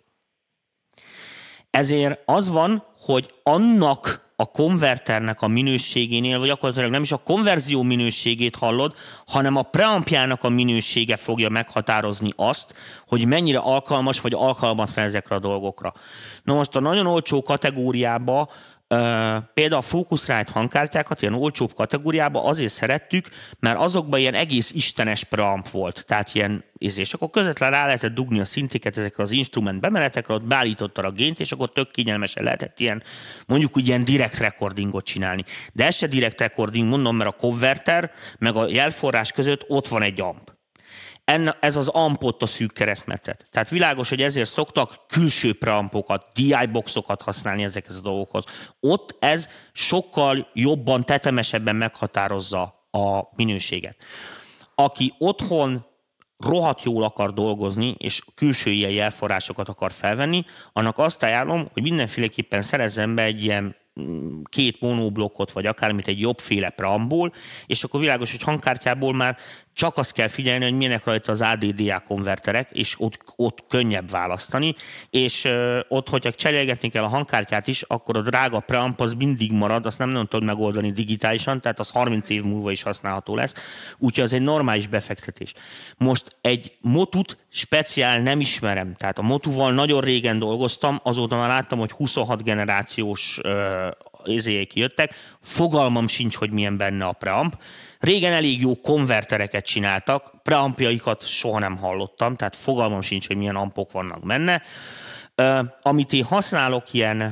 Speaker 2: Ezért az van, hogy annak a konverternek a minőségénél, vagy gyakorlatilag nem is a konverzió minőségét hallod, hanem a preampjának a minősége fogja meghatározni azt, hogy mennyire alkalmas vagy alkalmatlan ezekre a dolgokra. Na most a nagyon olcsó kategóriába, például a Focusrite hangkártyákat ilyen olcsóbb kategóriába azért szerettük, mert azokban ilyen egész istenes preamp volt. Tehát ilyen, és akkor közvetlen rá lehetett dugni a szintiket ezekre az instrument bemeletekre, ott beállítottad a gént, és akkor tök kényelmesen lehetett ilyen, mondjuk úgy ilyen direct recordingot csinálni. De ez se direct recording, mondom, mert a konverter meg a jelforrás között ott van egy amp. Ez az amp ott a szűk keresztmetszet. Tehát világos, hogy ezért szoktak külső preampokat, DI boxokat használni ezekhez a dolgokhoz. Ott ez sokkal jobban, tetemesebben meghatározza a minőséget. Aki otthon rohadt jól akar dolgozni, és külső ilyen jelforrásokat akar felvenni, annak azt ajánlom, hogy mindenféleképpen szerezzen be egy ilyen 2 monoblokkot, vagy akármit egy jobbféle preampból, és akkor világos, hogy hangkártyából már csak azt kell figyelni, hogy milyenek rajta az ADDA konverterek, és ott könnyebb választani, és ott, hogyha cserélgetni kell a hangkártyát is, akkor a drága preamp az mindig marad, azt nem tudod megoldani digitálisan, tehát az 30 év múlva is használható lesz, úgyhogy az egy normális befektetés. Most egy Motut speciál nem ismerem, tehát a Motuval nagyon régen dolgoztam, azóta már láttam, hogy 26 generációs ezélyek jöttek, fogalmam sincs, hogy milyen benne a preamp. Régen elég jó konvertereket csináltak, preampjaikat soha nem hallottam, tehát fogalmam sincs, hogy milyen ampok vannak benne. Amit én használok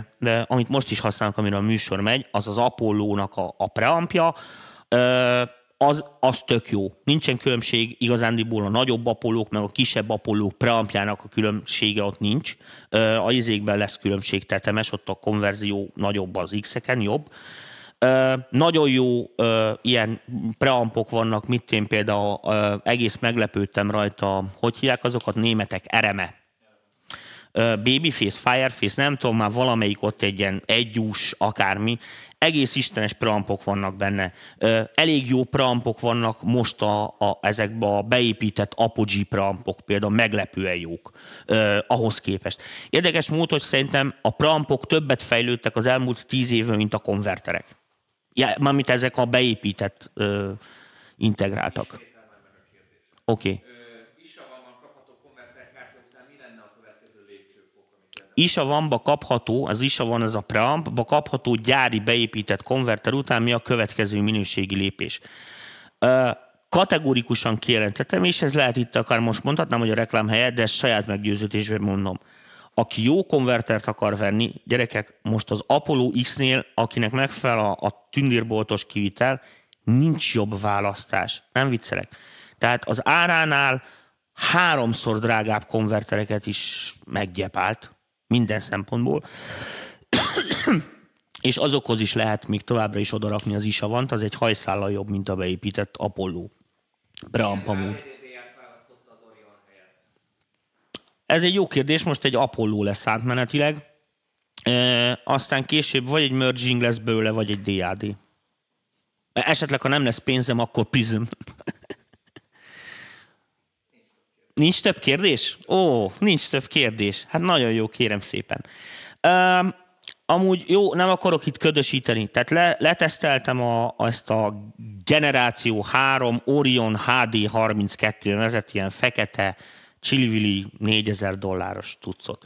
Speaker 2: amit most is használok, amire a műsor megy, az az Apollo-nak a preampja. az tök jó. Nincsen különbség igazándiból a nagyobb Apollók, meg a kisebb Apollók preampjának a különbsége ott nincs. A izékben lesz különbség tetemes, ott a konverzió nagyobb az X-eken, jobb. Nagyon jó ilyen preampok vannak, mint én például egész meglepődtem rajta, hogy hívják azokat, németek, Ereme. Babyface, Fireface, nem tudom, már valamelyik ott egy ilyen egyús, akármi. Egész istenes preampok vannak benne. Elég jó preampok vannak most ezekben a beépített Apogee preampok, például meglepően jók ahhoz képest. Érdekes mód, hogy szerintem a preampok többet fejlődtek az elmúlt 10 évben, mint a konverterek. Ja, mármint ezek a beépített integráltak. Oké. ISA-VAN-ba kapható, az ISA-VAN, ez a preamp-ba kapható gyári beépített konverter után mi a következő minőségi lépés. Kategórikusan kijelentettem, és ez lehet itt akár most mondhatnám, hogy a reklám helyett, de ezt saját meggyőződésben mondom. Aki jó konvertert akar venni, gyerekek, most az Apollo X-nél, akinek megfelel a tündérboltos kivitel, nincs jobb választás. Nem viccelek. Tehát az áránál 3-szor drágább konvertereket is meggyepált, minden szempontból. És azokhoz is lehet még továbbra is odarakni az ISA-VAN-t, az egy hajszállal jobb, mint a beépített Apollo preamp amúgy. Ez egy jó kérdés, most egy Apollo lesz átmenetileg. Aztán később vagy egy merging lesz belőle, vagy egy DAD. Esetleg, ha nem lesz pénzem, akkor Prism. Nincs több kérdés? Ó, nincs több kérdés. Hát nagyon jó, kérem szépen. Amúgy jó, nem akarok itt ködösíteni. Tehát leteszteltem ezt a generáció 3 Orion HD32 vezet ilyen fekete csillivili $4000 cuccot.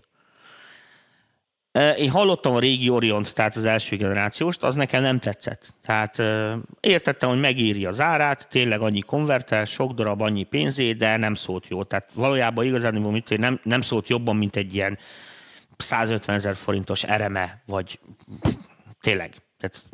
Speaker 2: Én hallottam a régi Oriont, tehát az első generációst, az nekem nem tetszett. Tehát értettem, hogy megéri az árát, tényleg annyi konverter, sok darab annyi pénzé, de nem szólt jól. Tehát valójában igazán nem szólt jobban, mint egy ilyen 150 000 forintos Ereme, vagy tényleg. Tehát,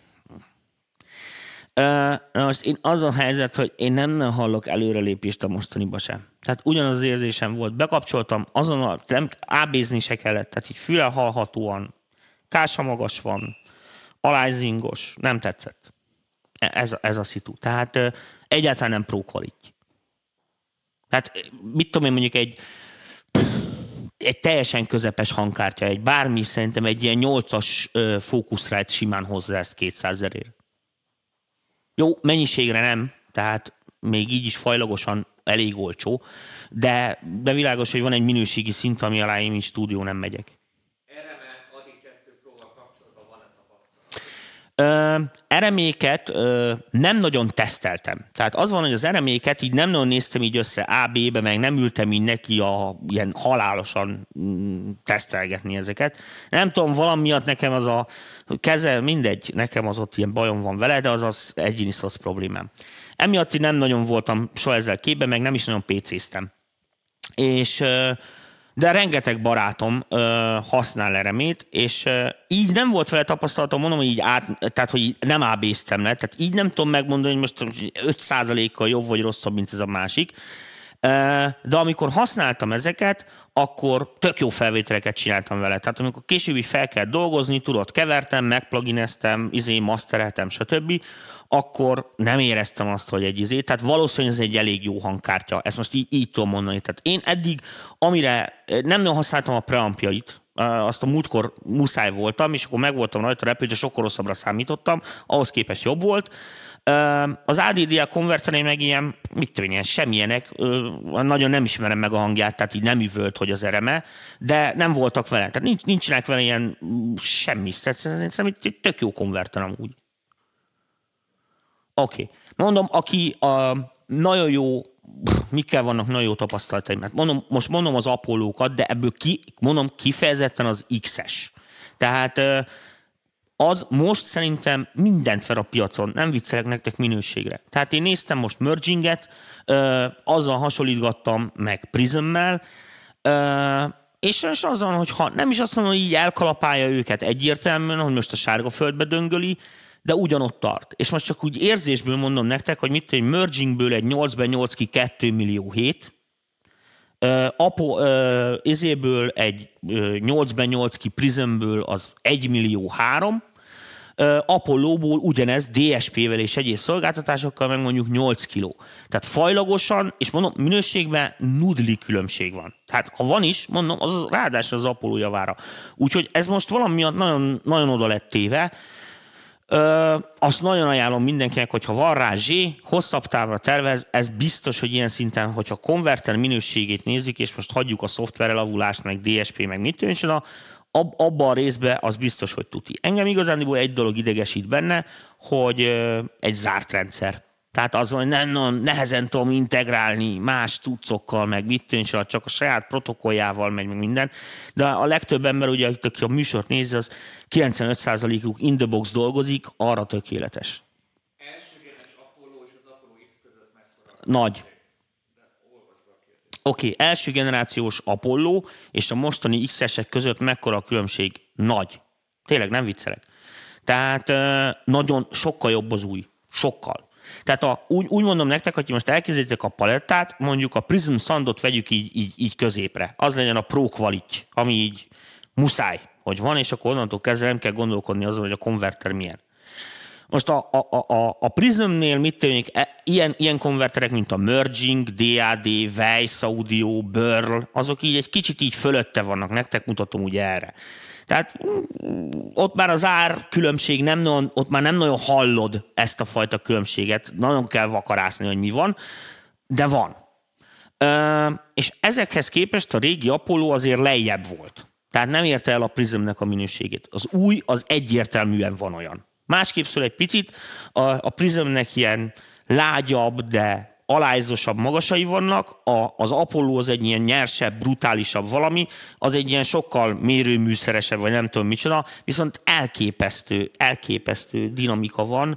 Speaker 2: most én az a helyzet, hogy én nem hallok előrelépést a mostaniba sem. Tehát ugyanaz az érzésem volt. Bekapcsoltam, azonnal nem ábézni se kellett, tehát így fülel hallhatóan, kása magas van, alájzingos, nem tetszett. Ez a szitu. Tehát egyáltalán nem pro quality. Tehát mit tudom én, mondjuk egy teljesen közepes hangkártya, egy bármi, szerintem egy ilyen 8-as Focusrite simán hozzá ezt 200 000-ért. Jó, mennyiségre nem, tehát még így is fajlagosan elég olcsó, de világos, hogy van egy minőségi szint, ami alá én stúdió nem megyek. Ereméket nem nagyon teszteltem. Tehát az van, hogy az ereméket így nem nagyon néztem így össze A-B-be, meg nem ültem így neki ilyen halálosan tesztelgetni ezeket. Nem tudom, valami miatt nekem az a keze, mindegy, nekem az ott ilyen bajom van vele, de az egyéni szosz problémám. Emiatt nem nagyon voltam soha ezzel képben, meg nem is nagyon PC-ztem. De rengeteg barátom használ eremét, és így nem volt vele tapasztalatom, mondom, hogy így tehát hogy nem AB-ztem le, tehát így nem tudom megmondani, hogy most 5%-kal jobb vagy rosszabb, mint ez a másik. De amikor használtam ezeket, akkor tök jó felvételeket csináltam vele. Tehát amikor később fel kell dolgozni, tudod, kevertem, megplugineztem, mastereltem, stb., akkor nem éreztem azt, hogy tehát valószínűleg ez egy elég jó hangkártya. Ezt most így tudom mondani. Tehát én eddig, amire nem használtam a preampjait, azt a múltkor muszáj voltam, és akkor meg voltam rajta repülő, sokkal rosszabbra számítottam, ahhoz képest jobb volt. Az ADDA konverterén meg ilyen, mit tudom, ilyen semmilyenek, nagyon nem ismerem meg a hangját, tehát így nem üvölt, hogy az ereme, de nem voltak vele. Tehát nincsenek vele ilyen semmi. Tehát szerintem egy tök jó konverter amúgy. Oké. Mondom, aki nagyon jó, mikkel vannak nagyon jó tapasztalataim. Hát most mondom az Apollókat, de ebből kifejezetten az X-es. Tehát az most szerintem mindent ver a piacon, nem viccelek nektek minőségre. Tehát én néztem most merginget, azzal hasonlítgattam meg Prismmel, és azon, hogy nem is azt mondom, hogy így elkalapálja őket egyértelműen, hogy most a sárga földbe döngöli, de ugyanott tart. És most csak úgy érzésből mondom nektek, hogy mit tudom, mergingből egy 8x8 ki 2 millió 7, izéből egy 8x8 ki Prismből az 1 millió 3, Apollo-ból ugyanez DSP-vel és egyéb szolgáltatásokkal meg mondjuk 8 kiló. Tehát fajlagosan, és mondom, minőségben nudli különbség van. Tehát ha van is, mondom, az ráadásul az Apollo javára. Úgyhogy ez most valami miatt nagyon, nagyon oda lett téve. Azt nagyon ajánlom mindenkinek, hogyha van rá zsé, hosszabb távra tervez, ez biztos, hogy ilyen szinten, hogyha konverter minőségét nézik, és most hagyjuk a szoftver elavulást, meg DSP, meg mit tűncsen, abban a részben az biztos, hogy tuti. Engem igazándiból egy dolog idegesít benne, hogy egy zárt rendszer. Tehát az, hogy nehezen tudom integrálni más cuccokkal, meg mit tűncsen, csak a saját protokolljával megy, meg minden. De a legtöbb ember, ugye, aki a műsort nézi, az 95%-uk in the box dolgozik, arra tökéletes.
Speaker 1: Elsőgenes Apollo és az Apollo X között mekkora?
Speaker 2: Nagy. Oké, első generációs Apollo és a mostani XS-ek között mekkora a különbség? Nagy. Tényleg, nem viccelek. Tehát nagyon, sokkal jobb az új. Sokkal. Tehát úgy mondom nektek, hogy most elképzeljétek a palettát, mondjuk a Prism Soundot vegyük így középre. Az legyen a Pro Quality, ami így muszáj, hogy van, és akkor onnantól kezdve nem kell gondolkodni azon, hogy a konverter milyen. Most a Prismnél mit tűnik? Ilyen konverterek, mint a Merging, DAD, Weiss Audio, Burl, azok így egy kicsit így fölötte vannak, nektek mutatom ugye erre. Tehát ott már az ár különbség, ott már nem nagyon hallod ezt a fajta különbséget, nagyon kell vakarászni, hogy mi van, de van. És ezekhez képest a régi Apollo azért lejjebb volt. Tehát nem érte el a Prismnek a minőségét. Az új, az egyértelműen van olyan. Másképp szól egy picit, a Prismnek ilyen lágyabb, de alájzosabb magasai vannak, az Apollo az egy ilyen nyersebb, brutálisabb valami, az egy ilyen sokkal mérőműszeresebb, vagy nem tudom micsoda, viszont elképesztő dinamika van.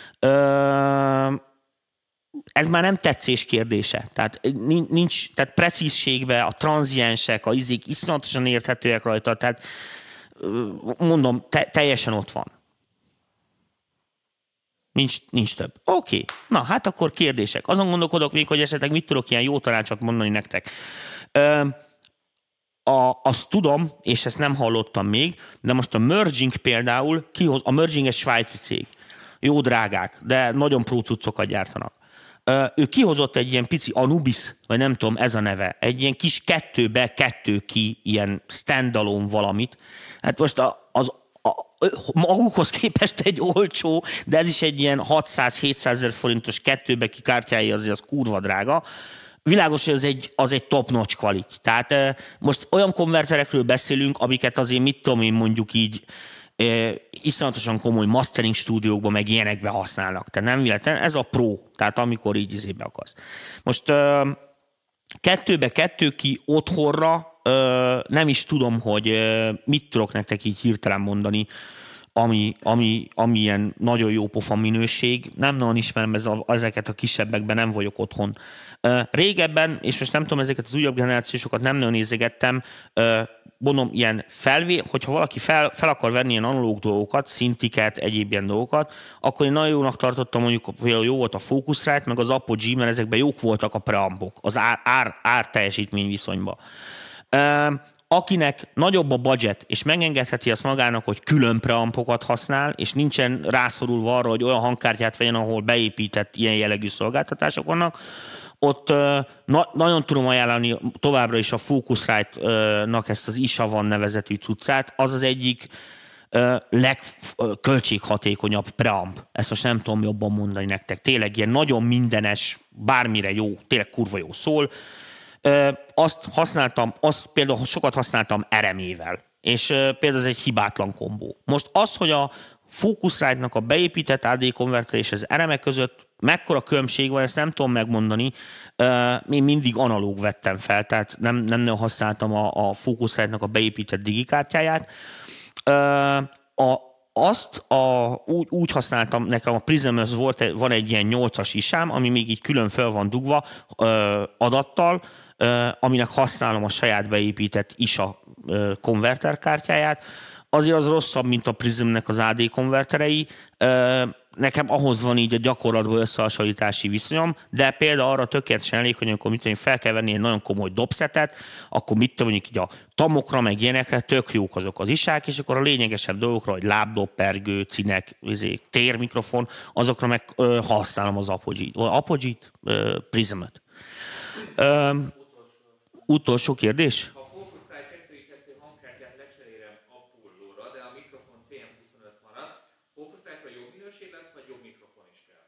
Speaker 2: Ez már nem tetszés kérdése. Tehát tehát precízségben a tranziensek, a izék iszonyatosan érthetőek rajta, tehát mondom, teljesen ott van. Nincs több. Oké. Na, hát akkor kérdések. Azon gondolkodok még, hogy esetleg mit tudok ilyen jó tanácsot mondani nektek. Azt tudom, és ezt nem hallottam még, de most a Merging például, a Merging egy svájci cég. Jó drágák, de nagyon pró cuccokat gyártanak. Ő kihozott egy ilyen pici Anubis, vagy nem tudom, ez a neve. Egy ilyen kis 2x2 ki, ilyen standalone valamit. Hát most magukhoz képest egy olcsó, de ez is egy ilyen 600-700 ezer forintos 2x ki kártyái, azért az kurva drága. Világos, hogy az egy top-notch quality. Tehát most olyan konverterekről beszélünk, amiket azért mit tudom én mondjuk így iszonyatosan komoly mastering stúdiókban meg ilyenekbe használnak. Tehát nem véletlen, ez a pro, tehát amikor így izébe akarsz. Most 2x2 ki otthonra nem is tudom, hogy mit tudok nektek így hirtelen mondani, ami ilyen nagyon jó pofa minőség. Nem nagyon ismerem ezeket a kisebbekben, nem vagyok otthon. Régebben, és most nem tudom, ezeket az újabb generációsokat nem nagyon nézegettem, mondom, ilyen hogyha valaki fel akar venni ilyen analóg dolgokat, szintiket, egyéb ilyen dolgokat, akkor én nagyon jónak tartottam, mondjuk például jó volt a Focusrite, meg az Apogee, mert ezekben jók voltak a preampok, az ár teljesítmény viszonyban. Akinek nagyobb a budget, és megengedheti azt magának, hogy külön preampokat használ, és nincsen rászorulva arra, hogy olyan hangkártyát vegyen, ahol beépített ilyen jellegű szolgáltatások vannak, ott nagyon tudom ajánlani továbbra is a Focusrite-nak ezt az ISA-van nevezetű cuccát. Az az egyik legköltséghatékonyabb preamp. Ezt most nem tudom jobban mondani nektek. Tényleg ilyen nagyon mindenes, bármire jó, tényleg kurva jó szól. Azt például sokat használtam RME-vel, és például ez egy hibátlan kombó. Most az, hogy a Focusrite-nak a beépített AD konverter és az RME között mekkora különbség van, ezt nem tudom megmondani. Én mindig analóg vettem fel, tehát nem használtam a Focusrite-nak a beépített digikártyáját. Úgy használtam, nekem a Prismhöz van egy ilyen 8-as isám, ami még így külön fel van dugva adattal, aminek használom a saját beépített ISA konverterkártyáját. azért az rosszabb, mint a Prismnek az AD konverterei. Nekem ahhoz van így a gyakorlatban összehasonlítási viszonyom, de például arra tökéletesen elég, hogy amikor fel kell venni egy nagyon komoly dobszetet, akkor mondjuk így a tamokra, meg ilyenekre tök jók azok az isák, és akkor a lényegesebb dolgokra, hogy lábdob, pergő, cinek, térmikrofon, azokra meg használom az Apogee-t, Prism-et. Utolsó kérdés?
Speaker 1: Ha a Focusrite 2i2 hangkártyát lecserélem Apollo-ra, de a mikrofon CM25 marad, Focusrite-ra jobb minőség lesz, vagy jobb mikrofon is kell?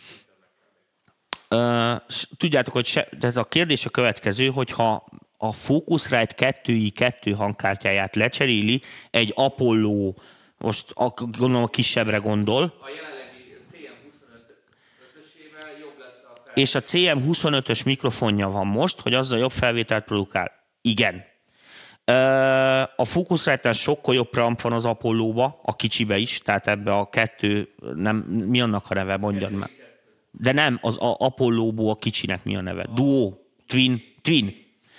Speaker 2: Tudjátok, hogy tehát a kérdés a következő, hogyha a Focusrite 2i2 hangkártyáját lecseréli egy Apollo, most gondolom a kisebbre gondol,
Speaker 1: A jelenlegi CM25-ösével jobb lesz a felvétel.
Speaker 2: és a CM25-ös mikrofonja van most, hogy azzal jobb felvételt produkál. Igen. A Focusrite-en sokkal jobb preamp van az Apollo-ba, a kicsibe is, tehát ebbe a kettő, nem, mi annak a neve, mondjad meg. De nem, az Apollo-ból a kicsinek mi a neve? Duo, Twin.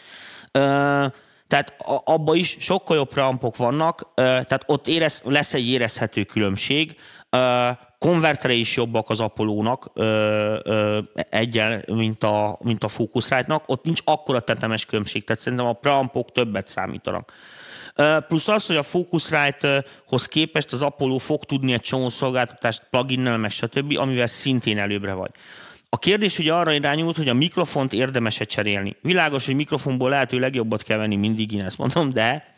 Speaker 2: Tehát abban is sokkal jobb preampok vannak, tehát ott lesz egy érezhető különbség. Konverterei is jobbak az Apollo-nak egyen, mint a Focusrite-nak. Ott nincs akkora tetemes különbség, tehát szerintem a preampok többet számítanak. Plusz az, hogy a Focusrite-hoz képest az Apollo fog tudni egy csomó szolgáltatást pluginnel, meg stb., amivel szintén előbbre vagy. A kérdés ugye arra irányult, hogy a mikrofont érdemes-e cserélni. Világos, hogy mikrofonból lehető legjobbat kell venni, mindig én ezt mondom, de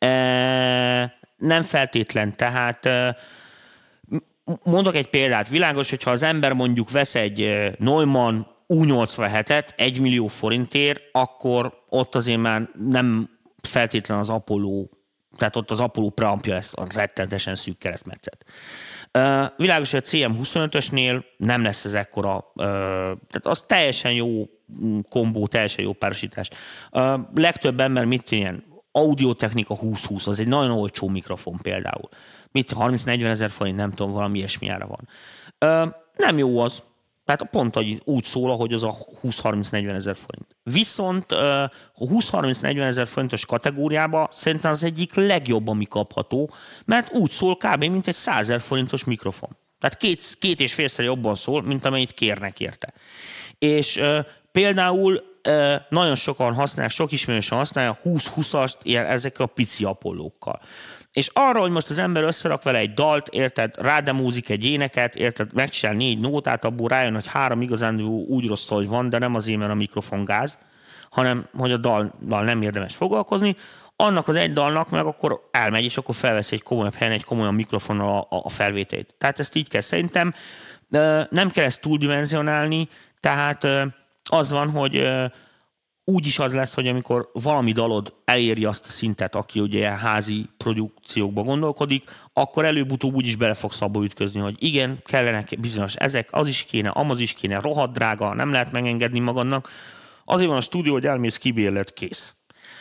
Speaker 2: nem feltétlen. Tehát mondok egy példát. Világos, hogyha az ember mondjuk vesz egy Neumann U87-et 1 millió forintért, akkor ott azért már nem feltétlen az Apollo, tehát ott az Apollo preampja lesz a rettentesen szűk keresztmetszet. Világos, hogy a CM25-ösnél nem lesz ez ekkora, tehát az teljesen jó kombó, teljesen jó párosítás. Legtöbb ember ilyen Audio-Technica 2020, az egy nagyon olcsó mikrofon például. 30-40 ezer forint, nem tudom, valami ilyesmi ára van. Nem jó az. Tehát pont úgy szól, ahogy az a 20-30-40 ezer forint. Viszont a 20-30-40 ezer forintos kategóriában szerintem az egyik legjobb, ami kapható, mert úgy szól kb. Mint egy 100 000 forintos mikrofon. Tehát két és félszer jobban szól, mint amennyit kérnek érte. És például nagyon sokan használják, sok ismerősen használja 20-20-ast ezekkel a pici Apollókkal. És arra, hogy most az ember összerak vele egy dalt, érted, rádemózik egy éneket, érted, megcsinál 4 nótát, abból rájön, hogy 3 igazán úgy rossz, hogy van, de nem azért, mert a mikrofon gáz, hanem hogy a dal nem érdemes foglalkozni, annak az egy dalnak meg akkor elmegy, és akkor felvesz egy komolyabb helyen, egy komolyabb mikrofonnal a felvételét. Tehát ezt így kell szerintem. Nem kell ezt túldimenzionálni, tehát az van, hogy úgy is az lesz, hogy amikor valami dalod eléri azt a szintet, aki ugye ilyen házi produkciókba gondolkodik, akkor előbb-utóbb úgy is bele fogsz abba ütközni, hogy igen, kellenek bizonyos ezek, az is kéne, amaz is kéne, rohadt drága, nem lehet megengedni magadnak. Azért van a stúdió, hogy elmész, kibérlet, kész.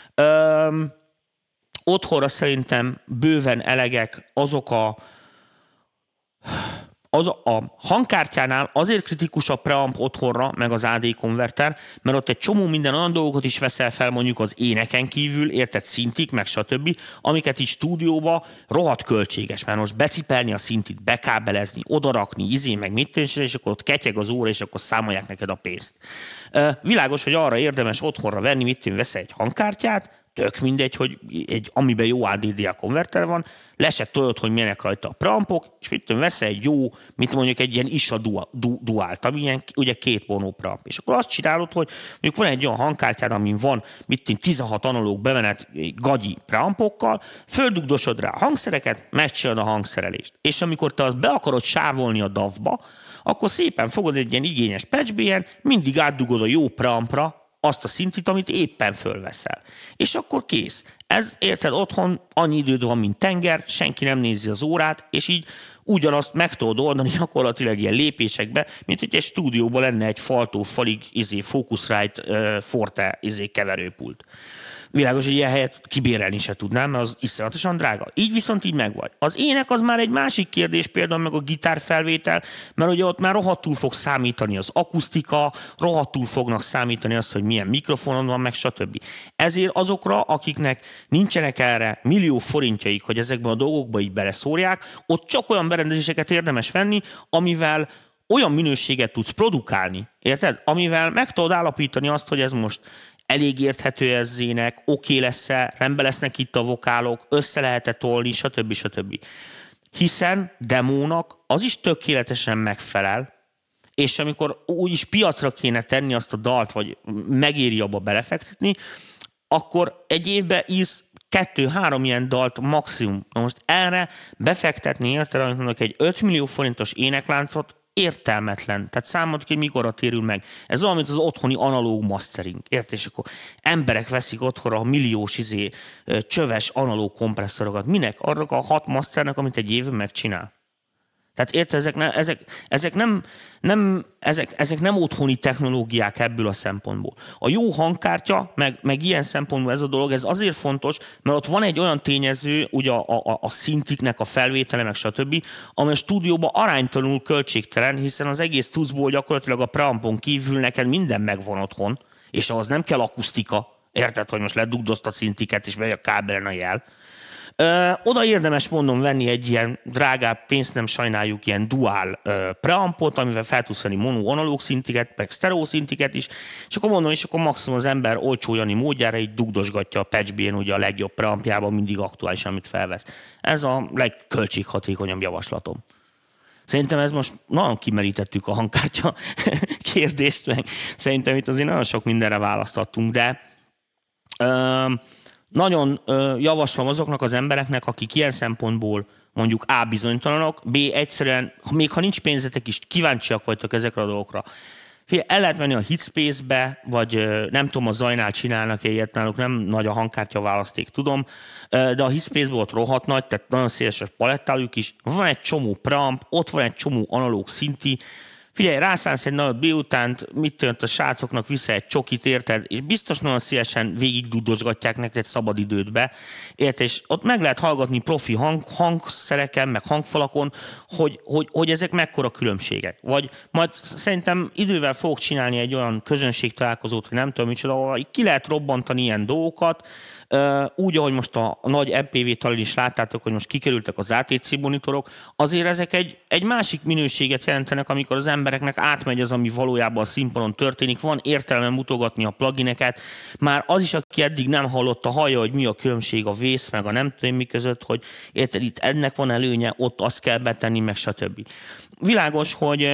Speaker 2: Otthonra szerintem bőven elegek azok a hangkártyánál azért kritikus a preamp otthonra, meg az AD konverter, mert ott egy csomó minden olyan dolgokat is veszel fel mondjuk az éneken kívül, érted, szintik, meg stb., amiket így stúdióba rohadt költséges, mert most becipelni a szintit, bekábelezni, odarakni, meg mit és akkor ott ketyeg az óra, és akkor számolják neked a pénzt. Világos, hogy arra érdemes otthonra venni, veszel egy hangkártyát, tök mindegy, hogy amiben jó ADDA konverter van, lesett tudod, hogy milyenek rajta a preampok, és veszel egy jó, mondjuk egy ilyen ISA duált, ami ilyen ugye 2 mono preamp. És akkor azt csinálod, hogy mondjuk van egy olyan hangkártyád, amin van 16 analóg bemenet gagyi preampokkal, földugdosod rá a hangszereket, megcsinálod a hangszerelést. És amikor te azt be akarod sávolni a DAW-ba, akkor szépen fogod egy ilyen igényes patchbn, mindig átdugod a jó preampra azt a szintit, amit éppen fölveszel. És akkor kész. Ez, érted, otthon annyi időd van, mint tenger, senki nem nézi az órát, és így ugyanazt meg tudod oldani gyakorlatilag ilyen lépésekbe, mint hogy egy stúdióban lenne egy faltól falig Focusrite Forte keverőpult. Világos, hogy ilyen helyet kibérelni se tudnám, mert az iszonyatosan drága. Így viszont így megvagy. Az ének az már egy másik kérdés, például meg a gitárfelvétel, mert ugye ott már rohadtul fog számítani az akusztika, rohadtul fognak számítani az, hogy milyen mikrofonon van, meg stb. Ezért azokra, akiknek nincsenek erre millió forintjaik, hogy ezekben a dolgokba így beleszórják, ott csak olyan berendezéseket érdemes venni, amivel olyan minőséget tudsz produkálni, érted? Amivel meg tudod állapítani azt, hogy ez most elég érthető ez zének, oké lesz-e, rendben lesznek itt a vokálok, össze lehet-e tolni, stb. Hiszen demónak az is tökéletesen megfelel, és amikor úgyis piacra kéne tenni azt a dalt, vagy megéri abba belefektetni, akkor egy évben írsz 2-3 ilyen dalt maximum. Na most erre befektetni, érted, amit mondok, egy 5 millió forintos énekláncot, értelmetlen. Tehát számoltuk, hogy mikorra térül meg. Ez olyan, mint az otthoni analóg mastering. Érted? És akkor emberek veszik otthonra a milliós csöves analóg kompresszorokat. Minek? Arra a 6 masternek, amit egy évben megcsinál. Tehát érted, ezek nem otthoni technológiák ebből a szempontból. A jó hangkártya, meg ilyen szempontból ez a dolog, ez azért fontos, mert ott van egy olyan tényező, ugye a szintiknek a felvétele, meg stb., ami a stúdióban aránytalanul költségtelen, hiszen az egész tuszból gyakorlatilag a preampon kívül neked minden megvan otthon, és ahhoz nem kell akusztika. Érted, hogy most ledugdozd a szintiket, és megy a kábelen a jel. Oda érdemes, mondom, venni egy ilyen drágább, pénzt nem sajnáljuk, ilyen dual preampot, amivel fel tudsz venni mono analóg szintiket, meg sztereó szintiket is, és akkor mondom, és akkor maximum az ember olcsó jani módjára így dugdosgatja a patchbén ugye a legjobb preampjában, mindig aktuális, amit felvesz. Ez a legköltséghatékonyabb javaslatom. Szerintem ez most nagyon kimerítettük a hangkártya kérdést, meg szerintem itt azért nagyon sok mindenre választottunk, de nagyon javaslom azoknak az embereknek, akik ilyen szempontból mondjuk A. bizonytalanok, B. egyszerűen, még ha nincs pénzetek is, kíváncsiak vagytok ezekre a dolgokra. El lehet menni a Hitspace-be, vagy nem tudom, a Zajnál csinálnak ilyet, náluk nem nagy a hangkártya választék, tudom, de a Hitspace-ben ott rohadt nagy, tehát nagyon széles a palettáljuk is. Van egy csomó preamp, ott van egy csomó analóg szinti. Figyelj, rászánsz egy nagy délutánt, mit tönt a srácoknak vissza egy csokit, érted? És biztos nagyon szívesen végigdudosgatják neked szabadidődbe, érted? És ott meg lehet hallgatni profi hangszereken, meg hangfalakon, hogy ezek mekkora különbségek. Vagy majd szerintem idővel fogok csinálni egy olyan közönségtalálkozót, hogy nem tudom micsoda, ahol ki lehet robbantani ilyen dolgokat, úgy, ahogy most a nagy MPV talán is láttátok, hogy most kikerültek az ATC monitorok, azért ezek egy másik minőséget jelentenek, amikor az embereknek átmegy az, ami valójában a színpadon történik, van értelme mutogatni a plugineket, már az is, aki eddig nem hallotta, hallja, hogy mi a különbség a vész, meg a nem tudom mi között, hogy érted, itt ennek van előnye, ott azt kell betenni, meg stb. Világos,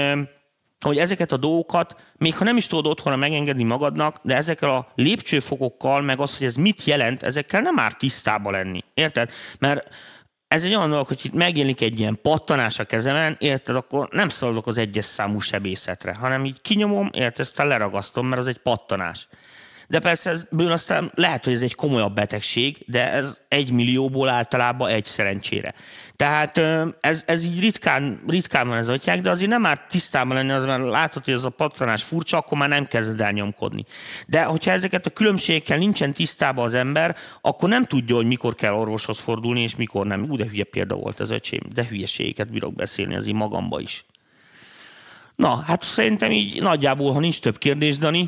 Speaker 2: hogy ezeket a dolgokat, még ha nem is tudod otthonra megengedni magadnak, de ezekkel a lépcsőfokokkal, meg az, hogy ez mit jelent, ezekkel nem árt tisztába lenni. Érted? Mert ez egy olyan dolog, hogy itt megjelenik egy ilyen pattanás a kezemen, érted, akkor nem szaladok az 1-es számú sebészetre, hanem így kinyomom, érted, aztán leragasztom, mert az egy pattanás. De persze ezből aztán lehet, hogy ez egy komolyabb betegség, de ez 1 millióból általában egy szerencsére. Tehát ez így ritkán van ez atyák, de azért nem árt tisztában lenni, az, mert látod, hogy ez a pattanás furcsa, akkor már nem kezded el nyomkodni. De hogyha ezeket a különbségekkel nincsen tisztában az ember, akkor nem tudja, hogy mikor kell orvoshoz fordulni, és mikor nem. De hülye példa volt ez, öcsém, de hülyeségeket bírok beszélni az így magamba is. Na, hát szerintem így nagyjából, ha nincs több kérdés, Dani,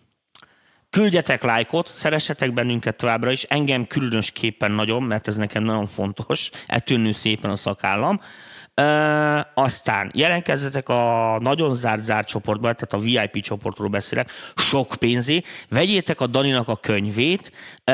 Speaker 2: küldjetek lájkot, szeressetek bennünket továbbra is, engem különösképpen nagyon, mert ez nekem nagyon fontos, ettől nő szépen a szakállam. Aztán jelentkezzetek a nagyon zárt csoportba, tehát a VIP csoportról beszélek, sok pénzé, vegyétek a Daninak a könyvét,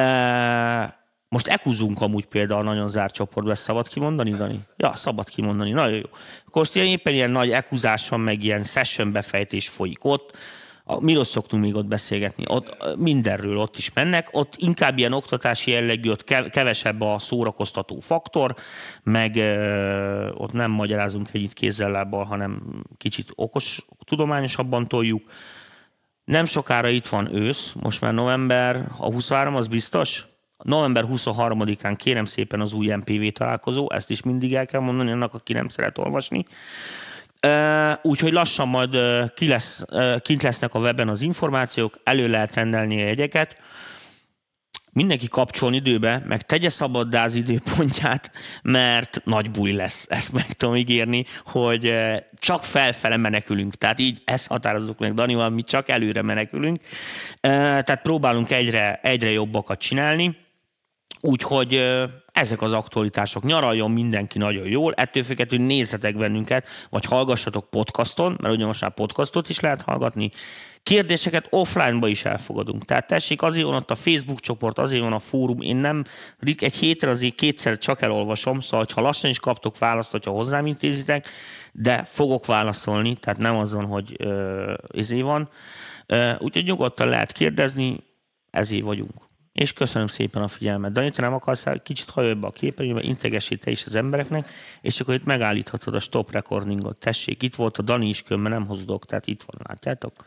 Speaker 2: most ekuzunk amúgy például a nagyon zárt csoportba, ezt szabad kimondani, Dani? Ja, szabad kimondani, nagyon jó. Akkor most éppen ilyen nagy ekuzás van, meg ilyen session befejtés folyik ott. Miről szoktunk még ott beszélgetni? Ott mindenről ott is mennek, ott inkább ilyen oktatási jellegű, ott kevesebb a szórakoztató faktor, meg ott nem magyarázunk együtt kézzel-lábbal, hanem kicsit okos, tudományosabban toljuk. Nem sokára itt van ősz, most már november, a 23 az biztos? November 23-án kérem szépen az új MPV találkozó, ezt is mindig el kell mondani annak, aki nem szeret olvasni. Úgyhogy lassan majd kint lesznek a weben az információk, elő lehet rendelni a jegyeket. mindenki kapcsolni időbe, meg tegye szabaddá az időpontját, mert nagy buli lesz. Ezt meg tudom ígérni, hogy csak felfele menekülünk. Tehát így ezt határozzuk meg Danival, mi csak előre menekülünk. Tehát próbálunk egyre jobbakat csinálni. Úgyhogy ezek az aktualitások. Nyaraljon mindenki nagyon jól, ettől függetlenül nézzetek bennünket, vagy hallgassatok podcaston, mert ugye most már podcastot is lehet hallgatni. Kérdéseket offline-ba is elfogadunk. Tehát tessék, azért van ott a Facebook csoport, azért van a fórum. Én nem, egy hétre azért kétszer csak elolvasom, szóval ha lassan is kaptok választ, hogyha hozzám intézitek, de fogok válaszolni, tehát nem azon, hogy van. Úgyhogy nyugodtan lehet kérdezni, ezért vagyunk. És köszönöm szépen a figyelmet. Dani, te nem akarsz kicsit hajolj be a képernyőbe, integessél te is az embereknek, és akkor itt megállíthatod a stop recordingot. Tessék, itt volt a Dani is, mert nem hozudok, tehát itt van, látjátok?